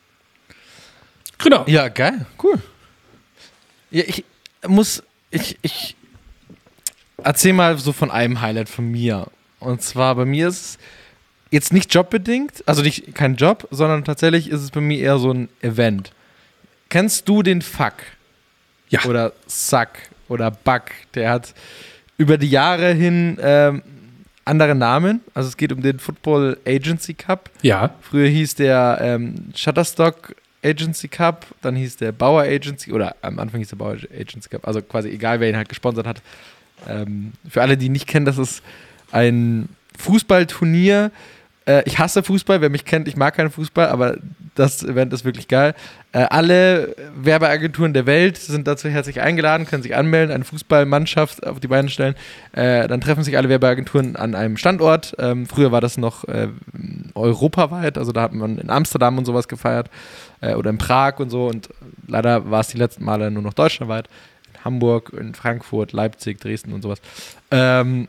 Genau. Ja, geil, cool. Ja, ich muss, ich, ich erzähl mal so von einem Highlight von mir. Und zwar bei mir ist es jetzt nicht jobbedingt, also nicht kein Job, sondern tatsächlich ist es bei mir eher so ein Event. Kennst du den Fuck? Ja. Oder Suck oder Bug? Der hat über die Jahre hin ähm, andere Namen, also es geht um den Football Agency Cup. Ja. Früher hieß der ähm, Shutterstock Agency Cup, dann hieß der Bauer Agency, oder am Anfang hieß der Bauer Agency Cup, also quasi egal, wer ihn halt gesponsert hat. Ähm, für alle, die nicht kennen, das ist ein Fußballturnier. Äh, ich hasse Fußball, wer mich kennt, ich mag keinen Fußball, aber das Event ist wirklich geil. Äh, alle Werbeagenturen der Welt sind dazu herzlich eingeladen, können sich anmelden, eine Fußballmannschaft auf die Beine stellen. Äh, dann treffen sich alle Werbeagenturen an einem Standort. Ähm, früher war das noch äh, europaweit, also da hat man in Amsterdam und sowas gefeiert äh, oder in Prag und so. Und leider war es die letzten Male nur noch deutschlandweit. In Hamburg, in Frankfurt, Leipzig, Dresden und sowas. Ähm,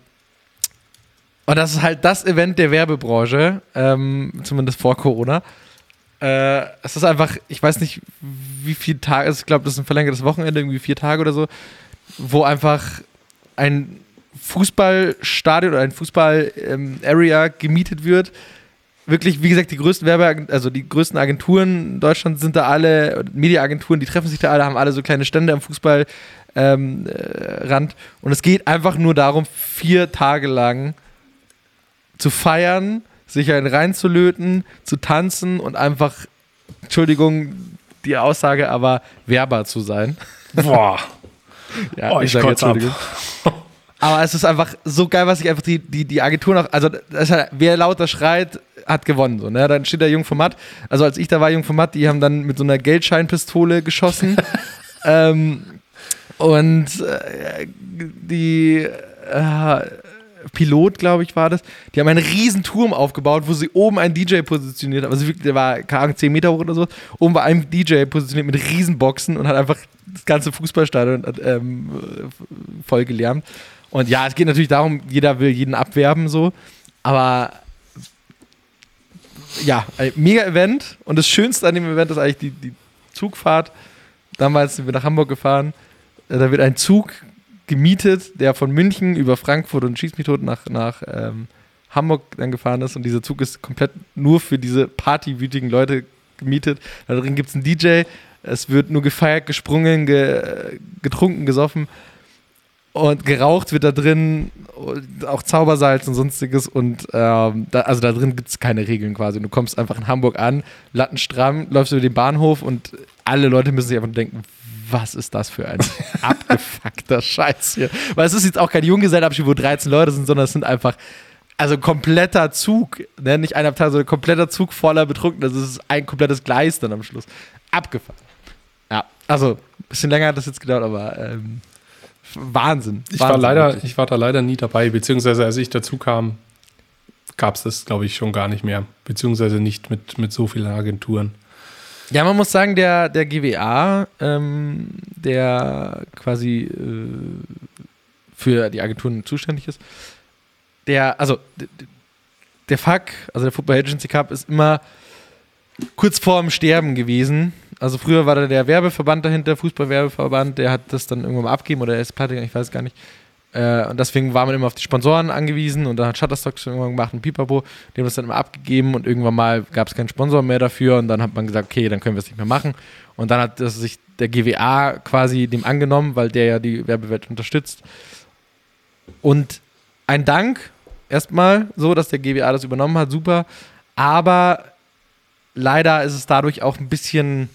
und das ist halt das Event der Werbebranche, ähm, zumindest vor Corona. Äh, es ist einfach, ich weiß nicht, wie viele Tage, ich glaube, das ist ein verlängertes Wochenende, irgendwie vier Tage oder so, wo einfach ein Fußballstadion oder ein Fußball-Area ähm, gemietet wird. Wirklich, wie gesagt, die größten Werbe, also die größten Agenturen in Deutschland sind da alle, Mediaagenturen, die treffen sich da alle, haben alle so kleine Stände am Fußballrand. Ähm, äh, und es geht einfach nur darum, vier Tage lang zu feiern, sich einen reinzulöten, zu tanzen und einfach, Entschuldigung, die Aussage, aber Werber zu sein. Boah. Ja, oh, ich, ich sage Entschuldigung. Aber es ist einfach so geil, was ich einfach die, die, die Agentur noch, also das halt, wer lauter schreit, hat gewonnen. So, ne? Dann steht da Jungformat, also als ich da war, Jungformat, die haben dann mit so einer Geldscheinpistole geschossen. ähm, und äh, die äh, Pilot, glaube ich, war das. Die haben einen riesen Turm aufgebaut, wo sie oben einen D J positioniert haben. Also wirklich, der war, keine Ahnung, zehn Meter hoch oder so. Oben war ein D J positioniert mit riesen Boxen und hat einfach das ganze Fußballstadion ähm, voll gelärmt. Und ja, es geht natürlich darum, jeder will jeden abwerben, so. Aber ja, ein mega Event. Und das Schönste an dem Event ist eigentlich die, die Zugfahrt. Damals sind wir nach Hamburg gefahren. Da wird ein Zug gemietet, der von München über Frankfurt und Schieß mich tot nach, nach ähm, Hamburg dann gefahren ist. Und dieser Zug ist komplett nur für diese partywütigen Leute gemietet. Da drin gibt es einen D J. Es wird nur gefeiert, gesprungen, ge, getrunken, gesoffen. Und geraucht wird da drin, auch Zaubersalz und sonstiges. Und ähm, da, also da drin gibt es keine Regeln quasi. Du kommst einfach in Hamburg an, lattenstramm, läufst über den Bahnhof und alle Leute müssen sich einfach nur denken, was ist das für ein abgefuckter Scheiß hier? Weil es ist jetzt auch kein Junggesellenabschied, wo dreizehn Leute sind, sondern es sind einfach, also kompletter Zug, ne? Nicht ein Abteil, sondern ein kompletter Zug voller Betrunkener. Das ist ein komplettes Gleis dann am Schluss. Abgefahren. Ja, also ein bisschen länger hat das jetzt gedauert, aber ähm, Wahnsinn. Ich, Wahnsinn war leider, ich war da leider nie dabei, beziehungsweise als ich dazu kam, gab es das, glaube ich, schon gar nicht mehr. Beziehungsweise nicht mit, mit so vielen Agenturen. Ja, man muss sagen, der, der G W A, ähm, der quasi äh, für die Agenturen zuständig ist, der, also der F A C, also der Football Agency Cup, ist immer kurz vorm Sterben gewesen. Also früher war da der Werbeverband dahinter, Fußballwerbeverband, der hat das dann irgendwann mal abgegeben oder er ist pleite, ich weiß gar nicht. Äh, und deswegen war man immer auf die Sponsoren angewiesen und dann hat Shutterstock schon irgendwann gemacht und Pipapo, die haben das dann immer abgegeben und irgendwann mal gab es keinen Sponsor mehr dafür und dann hat man gesagt, okay, dann können wir es nicht mehr machen. Und dann hat das sich der G W A quasi dem angenommen, weil der ja die Werbewelt unterstützt. Und ein Dank erstmal so, dass der G W A das übernommen hat, super. Aber leider ist es dadurch auch ein bisschen,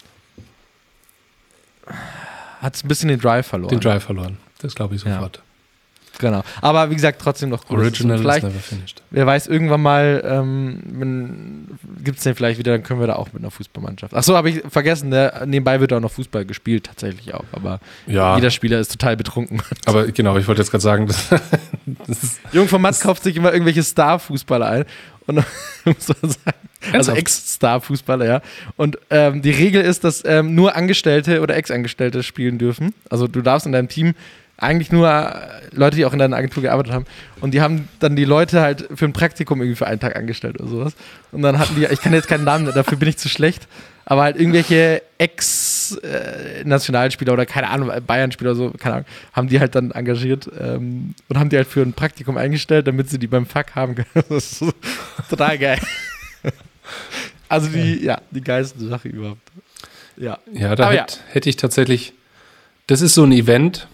hat es ein bisschen den Drive verloren. Den Drive verloren, das glaube ich sofort. Ja. Genau. Aber wie gesagt, trotzdem noch cool. Original is never finished. Wer weiß, irgendwann mal ähm, gibt es den vielleicht wieder, dann können wir da auch mit einer Fußballmannschaft. Achso, habe ich vergessen, ne? Nebenbei wird auch noch Fußball gespielt, tatsächlich auch. Aber ja. Jeder Spieler ist total betrunken. Aber genau, ich wollte jetzt gerade sagen, das, das ist. Jung von Matt kauft sich immer irgendwelche Star-Fußballer ein. Und muss man sagen, also Ex-Star-Fußballer, ja. Und ähm, die Regel ist, dass ähm, nur Angestellte oder Ex-Angestellte spielen dürfen. Also du darfst in deinem Team eigentlich nur Leute, die auch in deiner Agentur gearbeitet haben. Und die haben dann die Leute halt für ein Praktikum irgendwie für einen Tag angestellt oder sowas. Und dann hatten die, ich kann jetzt keinen Namen, dafür bin ich zu schlecht, aber halt irgendwelche Ex-Nationalspieler oder keine Ahnung, Bayern-Spieler oder so, keine Ahnung, haben die halt dann engagiert ähm, und haben die halt für ein Praktikum eingestellt, damit sie die beim Fuck haben können. Das ist so, total geil. Also die, ja, die geilste Sache überhaupt. Ja, ja da hätte ja. hätt ich tatsächlich, das ist so ein Event,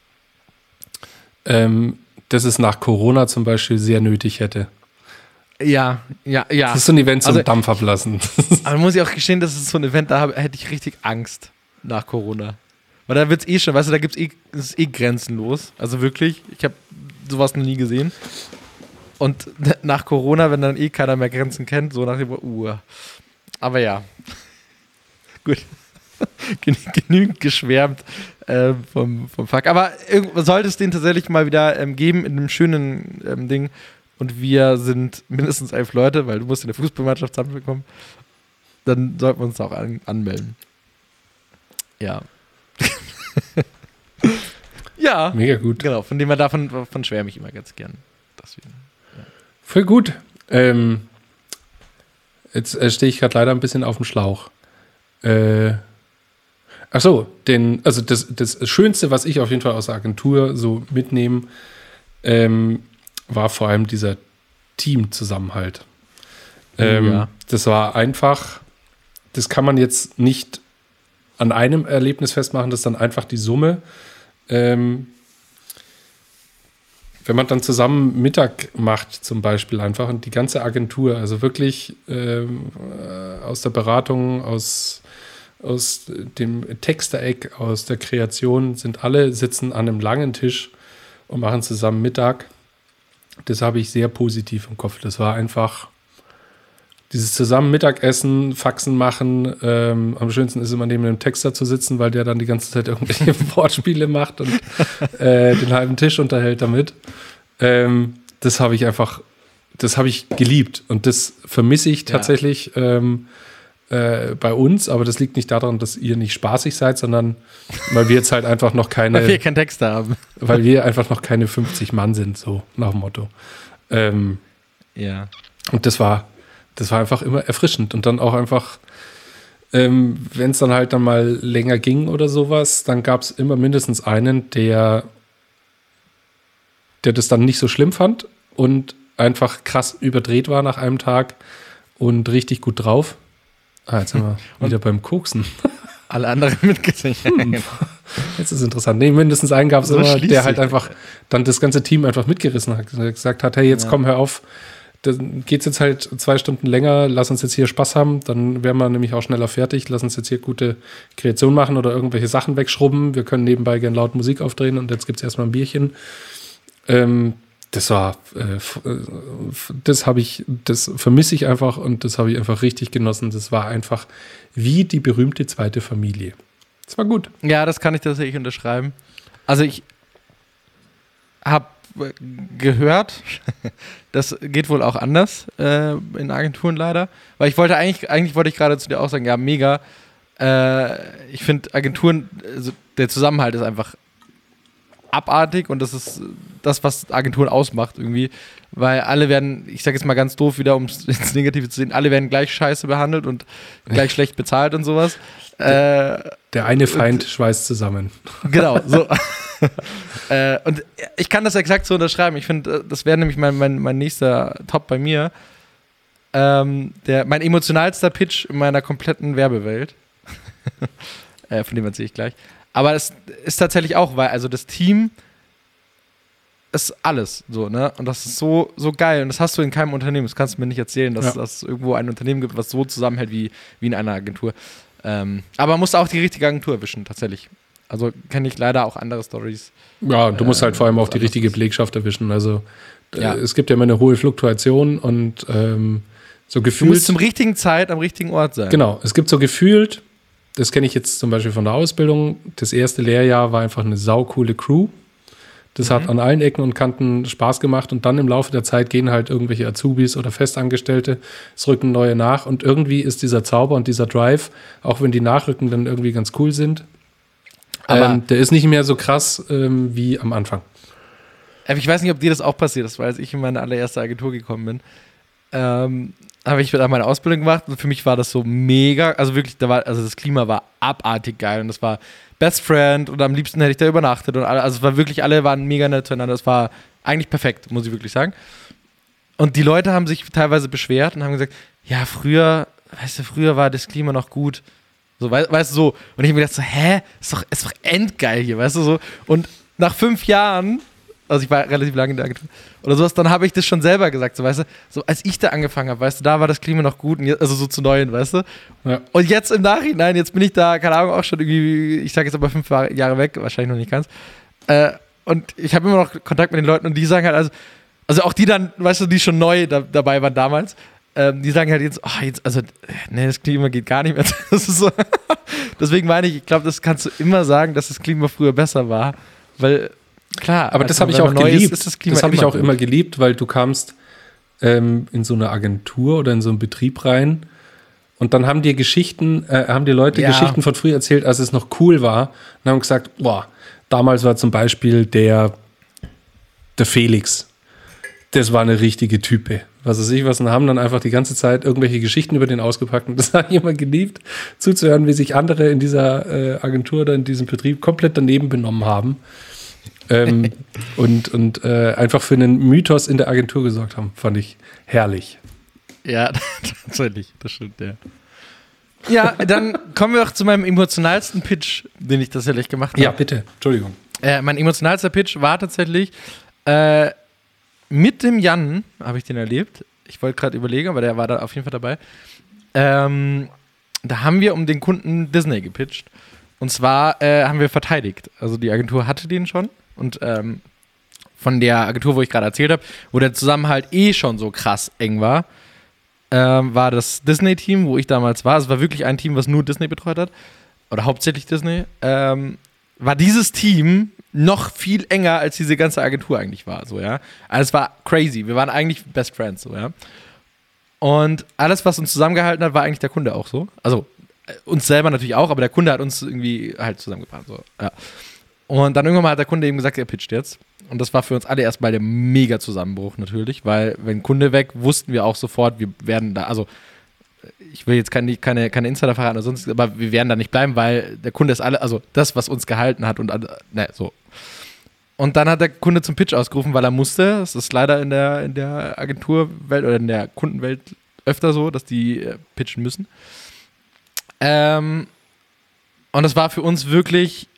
Ähm, das es nach Corona zum Beispiel sehr nötig hätte. Ja, ja, ja. Das ist so ein Event zum also, Dampf ablassen. Aber muss ich auch gestehen, das ist so ein Event, da hab, hätte ich richtig Angst nach Corona. Weil da wird es eh schon, weißt du, da gibt's eh, es ist eh grenzenlos. Also wirklich, ich habe sowas noch nie gesehen. Und nach Corona, wenn dann eh keiner mehr Grenzen kennt, so nach dem, uh. Aber ja. Gut. Genügend geschwärmt äh, vom, vom Fuck. Aber sollte es den tatsächlich mal wieder ähm, geben in einem schönen ähm, Ding und wir sind mindestens elf Leute, weil du musst in der Fußballmannschaft zusammenbekommen, dann sollten wir uns auch an, anmelden. Ja. Ja. Mega gut. Genau, von dem man davon, davon schwärme ich immer ganz gern. Deswegen, ja. Voll gut. Ähm, jetzt äh, stehe ich gerade leider ein bisschen auf dem Schlauch. Äh, Ach so, den, also das, das Schönste, was ich auf jeden Fall aus der Agentur so mitnehme, ähm, war vor allem dieser Teamzusammenhalt. Ähm, ja. Das war einfach, das kann man jetzt nicht an einem Erlebnis festmachen, das ist dann einfach die Summe. Ähm, wenn man dann zusammen Mittag macht, zum Beispiel einfach, und die ganze Agentur, also wirklich ähm, aus der Beratung, aus aus dem Textereck, aus der Kreation, sind alle sitzen an einem langen Tisch und machen zusammen Mittag. Das habe ich sehr positiv im Kopf. Das war einfach dieses zusammen Mittagessen, Faxen machen. Ähm, am schönsten ist immer neben einem Texter zu sitzen, weil der dann die ganze Zeit irgendwelche Wortspiele macht und äh, den halben Tisch unterhält damit. Ähm, das habe ich einfach, das habe ich geliebt und das vermisse ich tatsächlich ja. ähm, Äh, bei uns, aber das liegt nicht daran, dass ihr nicht spaßig seid, sondern weil wir jetzt halt einfach noch keine weil wir keinen Text haben. Weil wir einfach noch keine fünfzig Mann sind, so nach dem Motto. Ähm, ja. Und das war, das war einfach immer erfrischend und dann auch einfach, ähm, wenn es dann halt dann mal länger ging oder sowas, dann gab es immer mindestens einen, der der das dann nicht so schlimm fand und einfach krass überdreht war nach einem Tag und richtig gut drauf. Ah, jetzt sind wir wieder beim Koksen. Alle anderen mitgesungen. Jetzt ist es interessant. Nee, mindestens einen gab es so immer, der halt einfach dann das ganze Team einfach mitgerissen hat. Gesagt hat, hey, jetzt ja. komm, hör auf. Dann geht's jetzt halt zwei Stunden länger. Lass uns jetzt hier Spaß haben. Dann wären wir nämlich auch schneller fertig. Lass uns jetzt hier gute Kreation machen oder irgendwelche Sachen wegschrubben. Wir können nebenbei gern laut Musik aufdrehen und jetzt gibt's erstmal ein Bierchen. Ähm, Das war, äh, das habe ich, das vermisse ich einfach und das habe ich einfach richtig genossen. Das war einfach wie die berühmte zweite Familie. Das war gut. Ja, das kann ich tatsächlich unterschreiben. Also ich habe gehört, das geht wohl auch anders äh, in Agenturen leider, weil ich wollte eigentlich, eigentlich wollte ich gerade zu dir auch sagen, ja mega, äh, ich finde Agenturen, also der Zusammenhalt ist einfach abartig und das ist das, was Agenturen ausmacht irgendwie, weil alle werden, ich sage jetzt mal ganz doof wieder, um es ins Negative zu sehen, alle werden gleich scheiße behandelt und gleich schlecht bezahlt und sowas. Der, äh, der eine Feind und, schweißt zusammen. Genau, so. äh, und ich kann das exakt so unterschreiben. Ich finde, das wäre nämlich mein, mein, mein nächster Top bei mir. Ähm, der, mein emotionalster Pitch in meiner kompletten Werbewelt. äh, von dem erzähle ich gleich. Aber es ist tatsächlich auch, weil also das Team ist alles so, ne? Und das ist so, so geil. Und das hast du in keinem Unternehmen. Das kannst du mir nicht erzählen, dass ja. es irgendwo ein Unternehmen gibt, was so zusammenhält wie, wie in einer Agentur. Ähm, aber man muss auch die richtige Agentur erwischen, tatsächlich. Also kenne ich leider auch andere Stories. Ja, du musst äh, halt vor allem auch die richtige Belegschaft erwischen. Also ja. äh, es gibt ja immer eine hohe Fluktuation und ähm, so gefühlt. Du musst zum richtigen Zeit am richtigen Ort sein. Genau, es gibt so gefühlt, das kenne ich jetzt zum Beispiel von der Ausbildung, das erste Lehrjahr war einfach eine saukoole Crew. Das mhm. hat an allen Ecken und Kanten Spaß gemacht und dann im Laufe der Zeit gehen halt irgendwelche Azubis oder Festangestellte, es rücken neue nach und irgendwie ist dieser Zauber und dieser Drive, auch wenn die Nachrücken dann irgendwie ganz cool sind, aber ähm, der ist nicht mehr so krass ähm, wie am Anfang. Ich weiß nicht, ob dir das auch passiert ist, weil als ich in meine allererste Agentur gekommen bin, ähm, habe ich da meine Ausbildung gemacht und für mich war das so mega, also wirklich, da war, also das Klima war abartig geil und das war Best Friend und am liebsten hätte ich da übernachtet und alle, also es war wirklich, alle waren mega nett zueinander, das war eigentlich perfekt, muss ich wirklich sagen. Und die Leute haben sich teilweise beschwert und haben gesagt, ja, früher, weißt du, früher war das Klima noch gut, so, weißt, weißt du, so. Und ich habe mir gedacht so, hä, ist doch, ist doch endgeil hier, weißt du, so. Und nach fünf Jahren, also ich war relativ lange in der Agentur oder sowas, dann habe ich das schon selber gesagt, so, weißt du, so als ich da angefangen habe, weißt du, da war das Klima noch gut, und jetzt, also so zu neuen, weißt du. Ja. Und jetzt im Nachhinein, jetzt bin ich da, keine Ahnung, auch schon irgendwie, ich sage jetzt aber fünf Jahre weg, wahrscheinlich noch nicht ganz. Äh, und ich habe immer noch Kontakt mit den Leuten und die sagen halt, also, also auch die dann, weißt du, die schon neu da, dabei waren damals, ähm, die sagen halt jetzt, oh, jetzt, also, ne, das Klima geht gar nicht mehr. Das ist so. Deswegen meine ich, ich glaube, das kannst du immer sagen, dass das Klima früher besser war, weil klar, aber das habe ich auch geliebt. Ist, ist das das habe ich auch gut. immer geliebt, weil du kamst ähm, in so eine Agentur oder in so einen Betrieb rein und dann haben dir Geschichten, äh, haben dir Leute ja. Geschichten von früher erzählt, als es noch cool war und haben gesagt, boah, damals war zum Beispiel der, der Felix, das war eine richtige Type. Was weiß ich was, und haben dann einfach die ganze Zeit irgendwelche Geschichten über den ausgepackt und das habe ich immer geliebt, zuzuhören, wie sich andere in dieser äh, Agentur oder in diesem Betrieb komplett daneben benommen haben. ähm, und und äh, einfach für einen Mythos in der Agentur gesorgt haben, fand ich herrlich. Ja, tatsächlich, das stimmt, ja. Ja, dann kommen wir auch zu meinem emotionalsten Pitch, den ich tatsächlich gemacht habe. Ja, bitte, Entschuldigung. Äh, mein emotionalster Pitch war tatsächlich äh, mit dem Jan, habe ich den erlebt. Ich wollte gerade überlegen, aber der war da auf jeden Fall dabei. Ähm, da haben wir um den Kunden Disney gepitcht. Und zwar äh, haben wir verteidigt. Also die Agentur hatte den schon. Und ähm, von der Agentur, wo ich gerade erzählt habe, wo der Zusammenhalt eh schon so krass eng war, ähm, war das Disney-Team, wo ich damals war. Es war wirklich ein Team, was nur Disney betreut hat. Oder hauptsächlich Disney. Ähm, war dieses Team noch viel enger, als diese ganze Agentur eigentlich war. So, ja? Also es war crazy. Wir waren eigentlich Best Friends. So, ja? Und alles, was uns zusammengehalten hat, war eigentlich der Kunde auch so. Also uns selber natürlich auch, aber der Kunde hat uns irgendwie halt zusammengebracht. So. Ja. Und dann irgendwann mal hat der Kunde eben gesagt, er pitcht jetzt. Und das war für uns alle erstmal der mega Zusammenbruch natürlich, weil wenn Kunde weg, wussten wir auch sofort, wir werden da, also ich will jetzt keine, keine, keine Insider verraten oder sonst, aber wir werden da nicht bleiben, weil der Kunde ist alle, also das, was uns gehalten hat und ne, so. Und dann hat der Kunde zum Pitch ausgerufen, weil er musste. Das ist leider in der, in der Agenturwelt oder in der Kundenwelt öfter so, dass die äh, pitchen müssen. Ähm, und es war für uns wirklich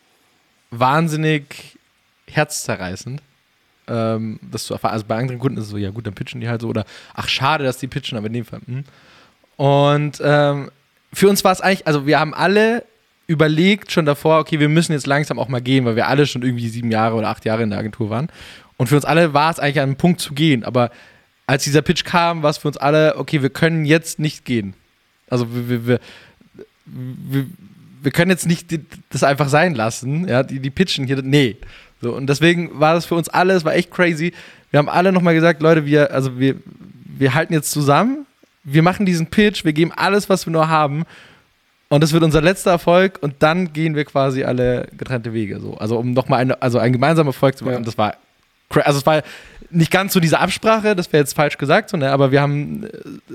wahnsinnig herzzerreißend, ähm, das zu erfahren. Also bei anderen Kunden ist es so, ja gut, dann pitchen die halt so. Oder ach, schade, dass die pitchen, aber in dem Fall. Mh. Und ähm, für uns war es eigentlich, also wir haben alle überlegt schon davor, okay, wir müssen jetzt langsam auch mal gehen, weil wir alle schon irgendwie sieben Jahre oder acht Jahre in der Agentur waren. Und für uns alle war es eigentlich an einem Punkt zu gehen. Aber als dieser Pitch kam, war es für uns alle, okay, wir können jetzt nicht gehen. Also wir, wir, wir, wir, wir können jetzt nicht die, das einfach sein lassen. Ja, die, die pitchen hier, nee. So, und deswegen war das für uns alle, es war echt crazy. Wir haben alle nochmal gesagt, Leute, wir, also wir, wir halten jetzt zusammen, wir machen diesen Pitch, wir geben alles, was wir nur haben. Und das wird unser letzter Erfolg und dann gehen wir quasi alle getrennte Wege. So. Also um nochmal eine, also einen gemeinsamen Erfolg zu machen. Ja. Das war, also es war nicht ganz so diese Absprache, das wäre jetzt falsch gesagt, so, ne? Aber wir haben,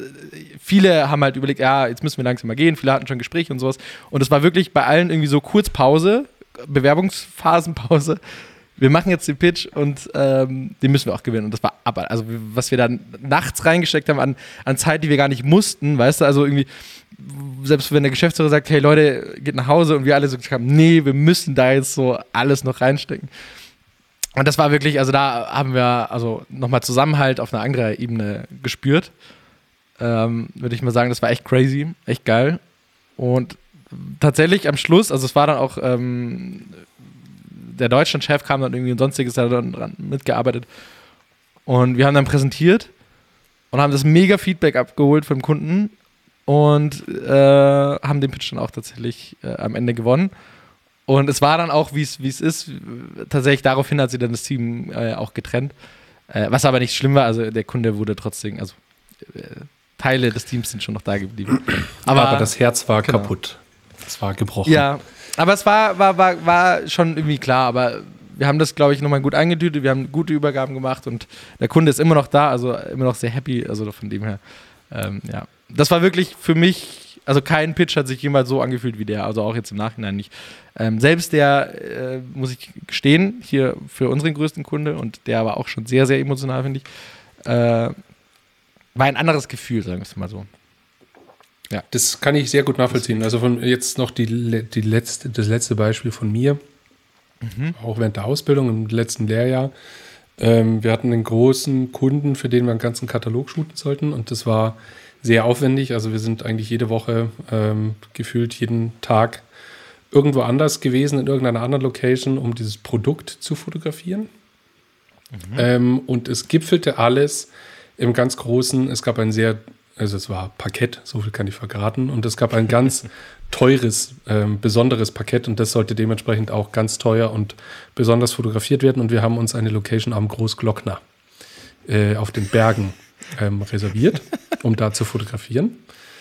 viele haben halt überlegt, ja, jetzt müssen wir langsam mal gehen, viele hatten schon Gespräche und sowas. Und es war wirklich bei allen irgendwie so kurz Pause, Bewerbungsphasenpause. Wir machen jetzt den Pitch und ähm, den müssen wir auch gewinnen. Und das war aber, also was wir dann nachts reingesteckt haben an, an Zeit, die wir gar nicht mussten, weißt du, also irgendwie, selbst wenn der Geschäftsführer sagt, hey Leute, geht nach Hause und wir alle so gesagt haben, nee, wir müssen da jetzt so alles noch reinstecken. Und das war wirklich, also da haben wir also nochmal Zusammenhalt auf einer anderen Ebene gespürt. Ähm, würde ich mal sagen, das war echt crazy, echt geil. Und tatsächlich am Schluss, also es war dann auch, ähm, der Deutschlandchef kam dann irgendwie und sonstiges, hat dann dran mitgearbeitet. Und wir haben dann präsentiert und haben das mega Feedback abgeholt vom Kunden und äh, haben den Pitch dann auch tatsächlich äh, am Ende gewonnen. Und es war dann auch, wie es ist, tatsächlich daraufhin hat sie dann das Team äh, auch getrennt. Äh, was aber nicht schlimm war, also der Kunde wurde trotzdem, also äh, Teile des Teams sind schon noch da geblieben. Aber, aber das Herz war genau. kaputt. Es war gebrochen. Ja, aber es war, war, war, war schon irgendwie klar, aber wir haben das, glaube ich, nochmal gut eingetütet, wir haben gute Übergaben gemacht und der Kunde ist immer noch da, also immer noch sehr happy, also von dem her, ähm, ja. Das war wirklich für mich, also kein Pitch hat sich jemals so angefühlt wie der, also auch jetzt im Nachhinein nicht. Ähm, selbst der, äh, muss ich gestehen, hier für unseren größten Kunde und der war auch schon sehr, sehr emotional, finde ich, äh, war ein anderes Gefühl, sagen wir es mal so. Ja, das kann ich sehr gut nachvollziehen. Also von jetzt noch die, die letzte, das letzte Beispiel von mir, mhm. auch während der Ausbildung im letzten Lehrjahr. Ähm, wir hatten einen großen Kunden, für den wir einen ganzen Katalog shooten sollten und das war sehr aufwendig. Also wir sind eigentlich jede Woche ähm, gefühlt jeden Tag irgendwo anders gewesen, in irgendeiner anderen Location, um dieses Produkt zu fotografieren. Mhm. Ähm, und es gipfelte alles im ganz Großen. Es gab ein sehr Also es war Parkett, so viel kann ich verraten. Und es gab ein ganz teures, ähm, besonderes Parkett und das sollte dementsprechend auch ganz teuer und besonders fotografiert werden. Und wir haben uns eine Location am Großglockner äh, auf den Bergen ähm, reserviert, um da zu fotografieren.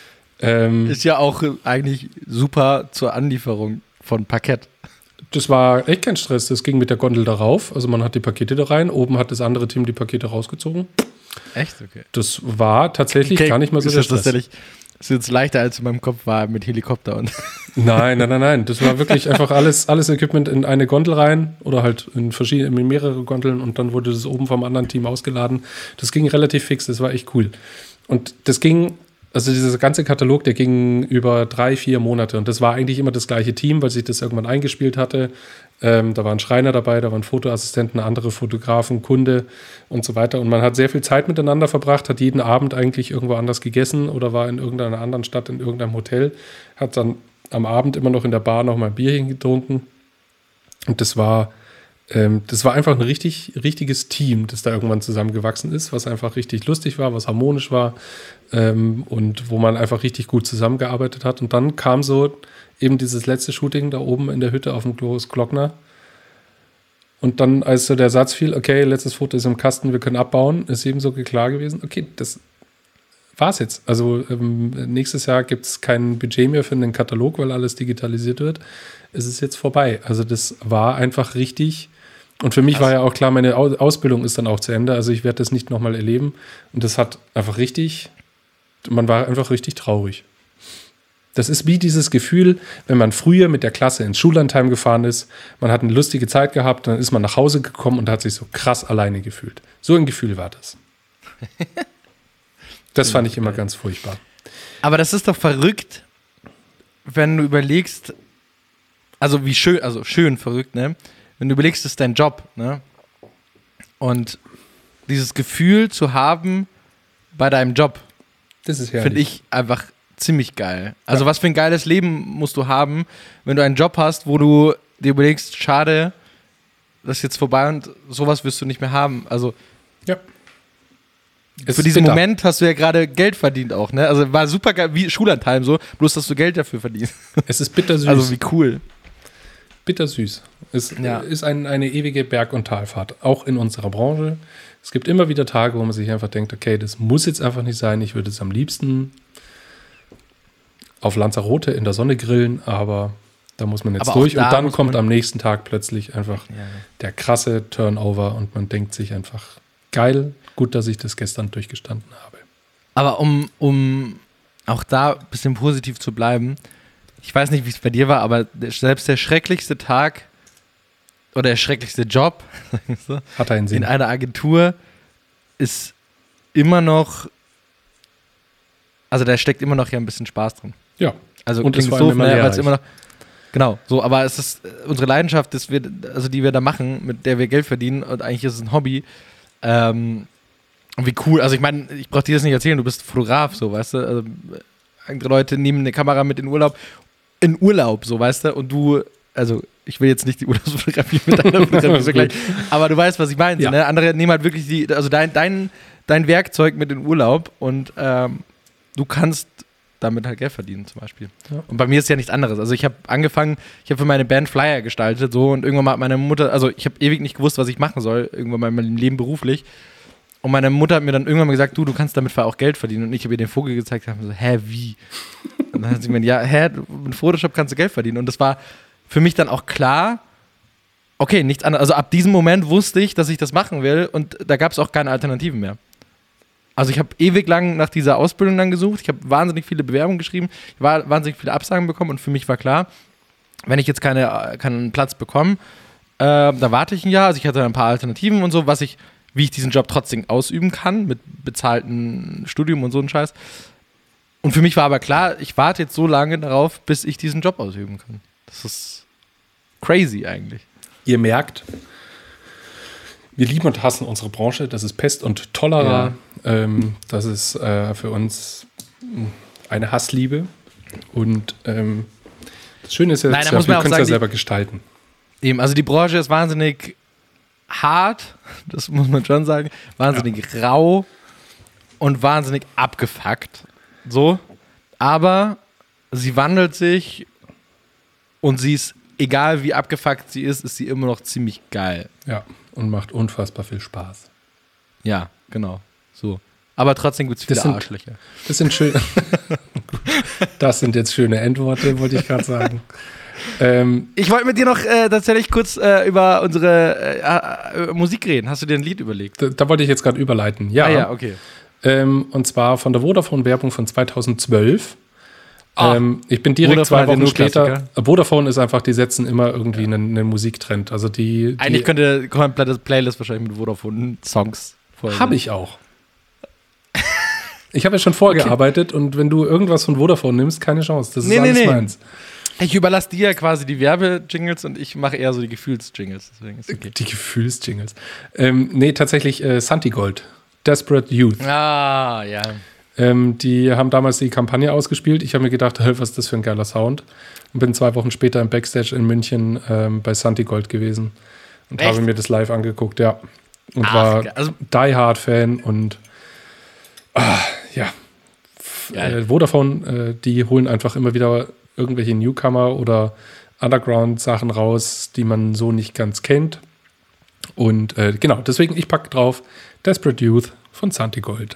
Ähm, Ist ja auch eigentlich super zur Anlieferung von Parkett. Das war echt kein Stress. Das ging mit der Gondel darauf. Also man hat die Pakete da rein. Oben hat das andere Team die Pakete rausgezogen. Echt? Okay. Das war tatsächlich okay, gar nicht mal so der Stress. Das ist jetzt leichter, als in meinem Kopf war mit Helikopter und. Nein, nein, nein, nein. Das war wirklich einfach alles, alles Equipment in eine Gondel rein oder halt in verschiedene, in mehrere Gondeln und dann wurde das oben vom anderen Team ausgeladen. Das ging relativ fix, das war echt cool. Und das ging, also dieser ganze Katalog, der ging über drei, vier Monate und das war eigentlich immer das gleiche Team, weil sich das irgendwann eingespielt hatte. Ähm, da waren Schreiner dabei, da waren Fotoassistenten, andere Fotografen, Kunde und so weiter. Und man hat sehr viel Zeit miteinander verbracht, hat jeden Abend eigentlich irgendwo anders gegessen oder war in irgendeiner anderen Stadt, in irgendeinem Hotel, hat dann am Abend immer noch in der Bar noch mal ein Bierchen getrunken. Und das war, ähm, das war einfach ein richtig, richtiges Team, das da irgendwann zusammengewachsen ist, was einfach richtig lustig war, was harmonisch war ähm, und wo man einfach richtig gut zusammengearbeitet hat. Und dann kam so eben dieses letzte Shooting da oben in der Hütte auf dem Großglockner. Und dann, als so der Satz fiel, okay, letztes Foto ist im Kasten, wir können abbauen, ist eben so klar gewesen, okay, das war's jetzt. Also ähm, nächstes Jahr gibt es kein Budget mehr für einen Katalog, weil alles digitalisiert wird. Es ist jetzt vorbei. Also das war einfach richtig. Und für mich Krass. War ja auch klar, meine Ausbildung ist dann auch zu Ende. Also ich werde das nicht nochmal erleben. Und das hat einfach richtig, man war einfach richtig traurig. Das ist wie dieses Gefühl, wenn man früher mit der Klasse ins Schullandheim gefahren ist, man hat eine lustige Zeit gehabt, dann ist man nach Hause gekommen und hat sich so krass alleine gefühlt. So ein Gefühl war das. Das fand ich immer ganz furchtbar. Aber das ist doch verrückt, wenn du überlegst, also wie schön, also schön verrückt, ne? Wenn du überlegst, das ist dein Job, ne? Und dieses Gefühl zu haben bei deinem Job, das ist finde ich einfach ziemlich geil. Also ja. Was für ein geiles Leben musst du haben, wenn du einen Job hast, wo du dir überlegst, schade, das ist jetzt vorbei und sowas wirst du nicht mehr haben. Also ja. Es für diesen bitter. Moment hast du ja gerade Geld verdient auch, ne? Also war super geil, wie Schullandheim so, bloß dass du Geld dafür verdienst. Es ist bittersüß. Also wie cool. Bittersüß. Es ja. ist ein, eine ewige Berg- und Talfahrt, auch in unserer Branche. Es gibt immer wieder Tage, wo man sich einfach denkt, okay, das muss jetzt einfach nicht sein, ich würde es am liebsten auf Lanzarote in der Sonne grillen, aber da muss man jetzt Aber auch durch. da Und dann muss kommt man- am nächsten Tag plötzlich einfach Ja. der krasse Turnover und man denkt sich einfach, geil, gut, dass ich das gestern durchgestanden habe. Aber um, um auch da ein bisschen positiv zu bleiben, ich weiß nicht, wie es bei dir war, aber der- selbst der schrecklichste Tag oder der schrecklichste Job so, Hat einen Sinn. in einer Agentur ist immer noch, also da steckt immer noch ja ein bisschen Spaß drin. Ja, Also Und es klingt vor allem doof, immer ne, weil es lehrreich. immer noch, genau, so, aber es ist äh, unsere Leidenschaft, das wir, also die wir da machen, mit der wir Geld verdienen und eigentlich ist es ein Hobby. Ähm, und wie cool, also ich meine, ich brauche dir das nicht erzählen, du bist Fotograf, so, weißt du, also, äh, andere Leute nehmen eine Kamera mit in Urlaub, in Urlaub, so, weißt du, und du, also ich will jetzt nicht die Urlaubsfotografie mit deiner Fotografie vergleichen, aber du weißt, was ich meine, Ja. ne? Andere nehmen halt wirklich die, also dein, dein, dein Werkzeug mit in Urlaub und ähm, du kannst damit halt Geld verdienen zum Beispiel. Ja. Und bei mir ist ja nichts anderes. Also ich habe angefangen, ich habe für meine Band Flyer gestaltet so und irgendwann mal hat meine Mutter, also ich habe ewig nicht gewusst, was ich machen soll, irgendwann mal in meinem Leben beruflich. Und meine Mutter hat mir dann irgendwann mal gesagt, du, du kannst damit auch Geld verdienen. Und ich habe ihr den Vogel gezeigt und habe so, hä, wie? Und dann hat sie mir, ja, hä, du- mit Photoshop kannst du Geld verdienen. Und das war für mich dann auch klar, okay, nichts anderes. Also ab diesem Moment wusste ich, dass ich das machen will und da gab es auch keine Alternativen mehr. Also ich habe ewig lang nach dieser Ausbildung dann gesucht. Ich habe wahnsinnig viele Bewerbungen geschrieben, ich war wahnsinnig viele Absagen bekommen und für mich war klar, wenn ich jetzt keine, keinen Platz bekomme, äh, da warte ich ein Jahr. Also ich hatte ein paar Alternativen und so, was ich, wie ich diesen Job trotzdem ausüben kann, mit bezahltem Studium und so ein Scheiß. Und für mich war aber klar, ich warte jetzt so lange darauf, bis ich diesen Job ausüben kann. Das ist crazy eigentlich. Ihr merkt, wir lieben und hassen unsere Branche. Das ist Pest und Cholera. Ähm, das ist äh, für uns eine Hassliebe. Und ähm, das Schöne ist jetzt, Nein, da ja, muss wir man auch können es sagen, ja die- selber gestalten. Eben, also die Branche ist wahnsinnig hart, das muss man schon sagen, wahnsinnig rau und wahnsinnig abgefuckt. So, aber sie wandelt sich und sie ist, egal wie abgefuckt sie ist, ist sie immer noch ziemlich geil. Ja, und macht unfassbar viel Spaß. Ja, genau, so. Aber trotzdem gibt es viele Das sind- Arschlöcher. Das sind schön. Das sind jetzt schöne Endworte, wollte ich gerade sagen. Ähm, Ich wollte mit dir noch äh, tatsächlich kurz äh, über unsere äh, äh, Musik reden. Hast du dir ein Lied überlegt? da, da wollte ich jetzt gerade überleiten. Ja, Ah ja, okay. ähm, und zwar von der Vodafone-Werbung von zweitausendzwölf. Ah, ähm, ich bin direkt Vodafone zwei hat ja Wochen nur später. Klassiker. Vodafone ist einfach, die setzen immer irgendwie einen, einen Musiktrend. Also die, die Eigentlich könnte eine komplette Playlist wahrscheinlich mit Vodafone-Songs vorher. habe ich auch. Ich habe ja schon vorgearbeitet und wenn du irgendwas von Vodafone nimmst, keine Chance. Das ist Nee, nee, alles nee. meins. Ich überlasse dir quasi die Werbe-Jingles und ich mache eher so die Gefühls-Jingles. Deswegen ist okay. Die Gefühlsjingles. Ähm, nee, tatsächlich äh, Santigold. Desperate Youth. Ah, ja. Ähm, die haben damals die Kampagne ausgespielt. Ich habe mir gedacht, hey, was ist das für ein geiler Sound? Und bin zwei Wochen später im Backstage in München ähm, bei Santigold gewesen und Echt? habe mir das live angeguckt, ja. Und Ach, war ge- also- Die Hard Fan und ah, ja. Geil. Äh, Vodafone, äh, die holen einfach immer wieder irgendwelche Newcomer oder Underground-Sachen raus, die man so nicht ganz kennt. Und äh, genau, deswegen, ich packe drauf Desperate Youth von Santigold.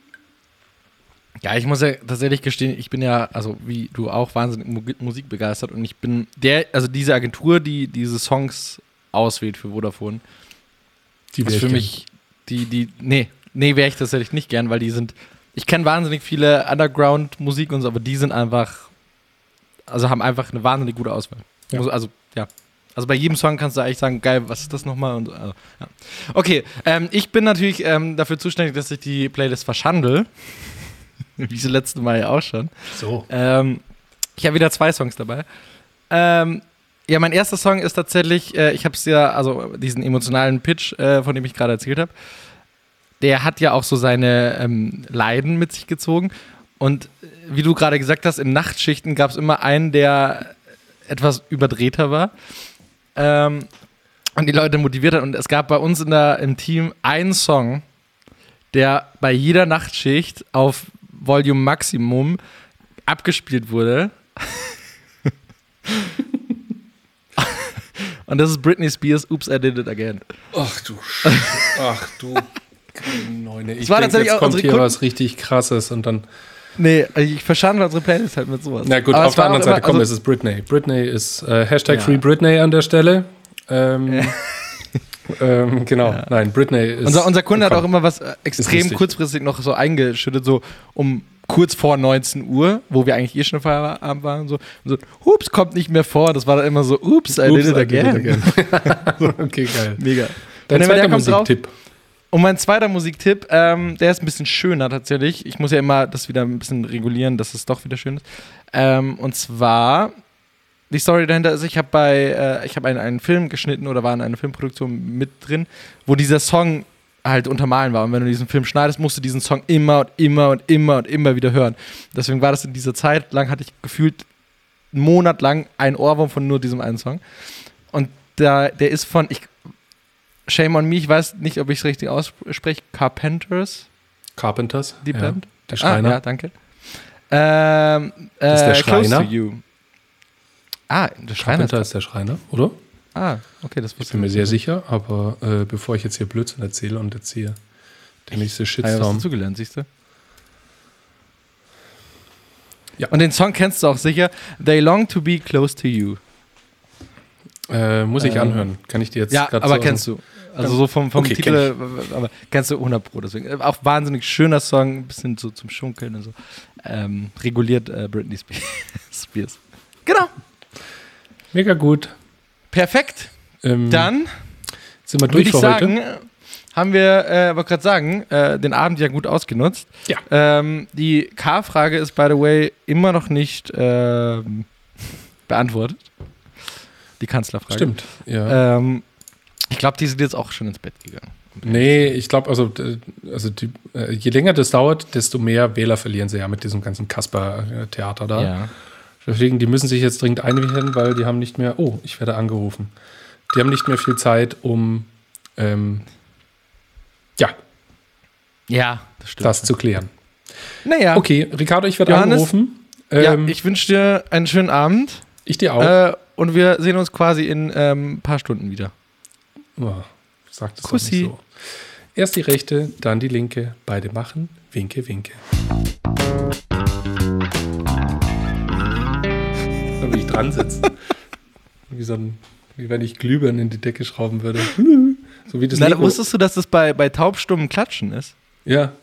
Ja, ich muss ja tatsächlich gestehen, ich bin ja, also wie du auch, wahnsinnig mu- musikbegeistert und ich bin der, also diese Agentur, die diese Songs auswählt für Vodafone, Die ist wär für ich mich die, die, nee, nee, wäre ich tatsächlich nicht gern, weil die sind, ich kenne wahnsinnig viele Underground-Musik und so, aber die sind einfach, also haben einfach eine wahnsinnig gute Auswahl. Ja. Also, also, ja. Also bei jedem Song kannst du eigentlich sagen, geil, was ist das nochmal? Und so, also, ja. Okay, ähm, ich bin natürlich ähm, dafür zuständig, dass ich die Playlist verschandel. Wie das letzte Mal ja auch schon. So. Ähm, ich habe wieder zwei Songs dabei. Ähm, ja, mein erster Song ist tatsächlich, äh, ich habe es ja, also diesen emotionalen Pitch, äh, von dem ich gerade erzählt habe, der hat ja auch so seine ähm, Leiden mit sich gezogen. Und äh, wie du gerade gesagt hast, in Nachtschichten gab es immer einen, der etwas überdrehter war. Ähm, und die Leute motiviert hat. Und es gab bei uns in der, im Team einen Song, der bei jeder Nachtschicht auf Volume Maximum abgespielt wurde. Und das ist Britney Spears, Oops, I Did It Again. Ach du Sch Ach du Neune. Ich war denke, tatsächlich jetzt auch kommt unsere hier Kunden- was richtig Krasses und dann Nee, ich verschandle unsere Playlist halt mit sowas. Na gut, Aber auf der anderen Seite, immer, komm, also, es ist Britney. Britney ist äh, Hashtag Ja. Free Britney an der Stelle. Ähm, ähm, genau, Ja. nein, Britney ist... unser, unser Kunde hat komm. auch immer was äh, extrem lustig. kurzfristig noch so eingeschüttet, so um kurz vor neunzehn Uhr, wo wir eigentlich eh schon Feierabend waren, so, und so, hups, kommt nicht mehr vor. Das war dann immer so, ups, I Oops, did it I did again. it again. Okay, geil. Mega. Dein Und der zweiter kommt drauf. Musiktipp. Und mein zweiter Musiktipp, ähm, der ist ein bisschen schöner tatsächlich. Ich muss ja immer das wieder ein bisschen regulieren, dass es doch wieder schön ist. Ähm, und zwar, die Story dahinter ist, ich habe bei, äh, ich habe einen, einen Film geschnitten oder war in einer Filmproduktion mit drin, wo dieser Song halt untermalen war. Und wenn du diesen Film schneidest, musst du diesen Song immer und immer und immer und immer wieder hören. Deswegen war das in dieser Zeit lang, hatte ich gefühlt einen Monat lang ein Ohrwurm von nur diesem einen Song. Und da, der ist von, ich Shame on me, ich weiß nicht, ob ich es richtig ausspreche. Carpenters, Carpenters. die ja, Band. Der Schreiner. Ah, ja, danke. Ähm, äh, Das ist der Close Schreiner? to You. Ah, der Schreiner. Carpenter Ist ist der Schreiner, oder? ah, okay, das Ich wusste bin mir ich sehr nicht. sicher, aber äh, bevor ich jetzt hier Blödsinn erzähle und jetzt hier der nächste Ah, ja, was Shitstorm. dazugelernt, siehst du? Ja. Und den Song kennst du auch sicher. They long to be close to you. Äh, muss ich Ähm, anhören. Kann ich dir jetzt Ja, grad aber so kennst du. Also so vom, vom Okay, Titel, aber kennst du hundert Pro. Deswegen. Auch wahnsinnig schöner Song, ein bisschen so zum Schunkeln und so. Ähm, reguliert äh, Britney Spe- Spears. Genau. Mega gut. Perfekt. Ähm, Dann sind wir würde durch ich für sagen, heute. haben wir, äh, wollte gerade sagen, äh, den Abend ja gut ausgenutzt. Ja. Ähm, die K-Frage ist, by the way, immer noch nicht ähm, beantwortet. Die Kanzlerfrage. Stimmt. Ja. Ähm, ich glaube, die sind jetzt auch schon ins Bett gegangen. Nee, ich glaube, also, d- also die, äh, je länger das dauert, desto mehr Wähler verlieren sie ja mit diesem ganzen Kasper-Theater da. Ja. Deswegen, die müssen sich jetzt dringend einwählen, weil die haben nicht mehr, oh, ich werde angerufen. Die haben nicht mehr viel Zeit, um ähm, ja, Ja, das stimmt. das zu klären. Naja, Okay, Ricardo, ich werde Johannes, angerufen. ja, Ähm, ich wünsche dir einen schönen Abend. ich dir auch. Äh, und wir sehen uns quasi in ähm, ein paar Stunden wieder. Oh, sag das doch Kussi. nicht so. Erst die rechte, dann die linke. Beide machen. Winke, winke. Wie ich dran sitze. Wie, so ein, wie wenn ich Glühbirnen in die Decke schrauben würde. So wie das Na, Lego. wusstest du, dass das bei, bei taubstummen Klatschen ist? Ja,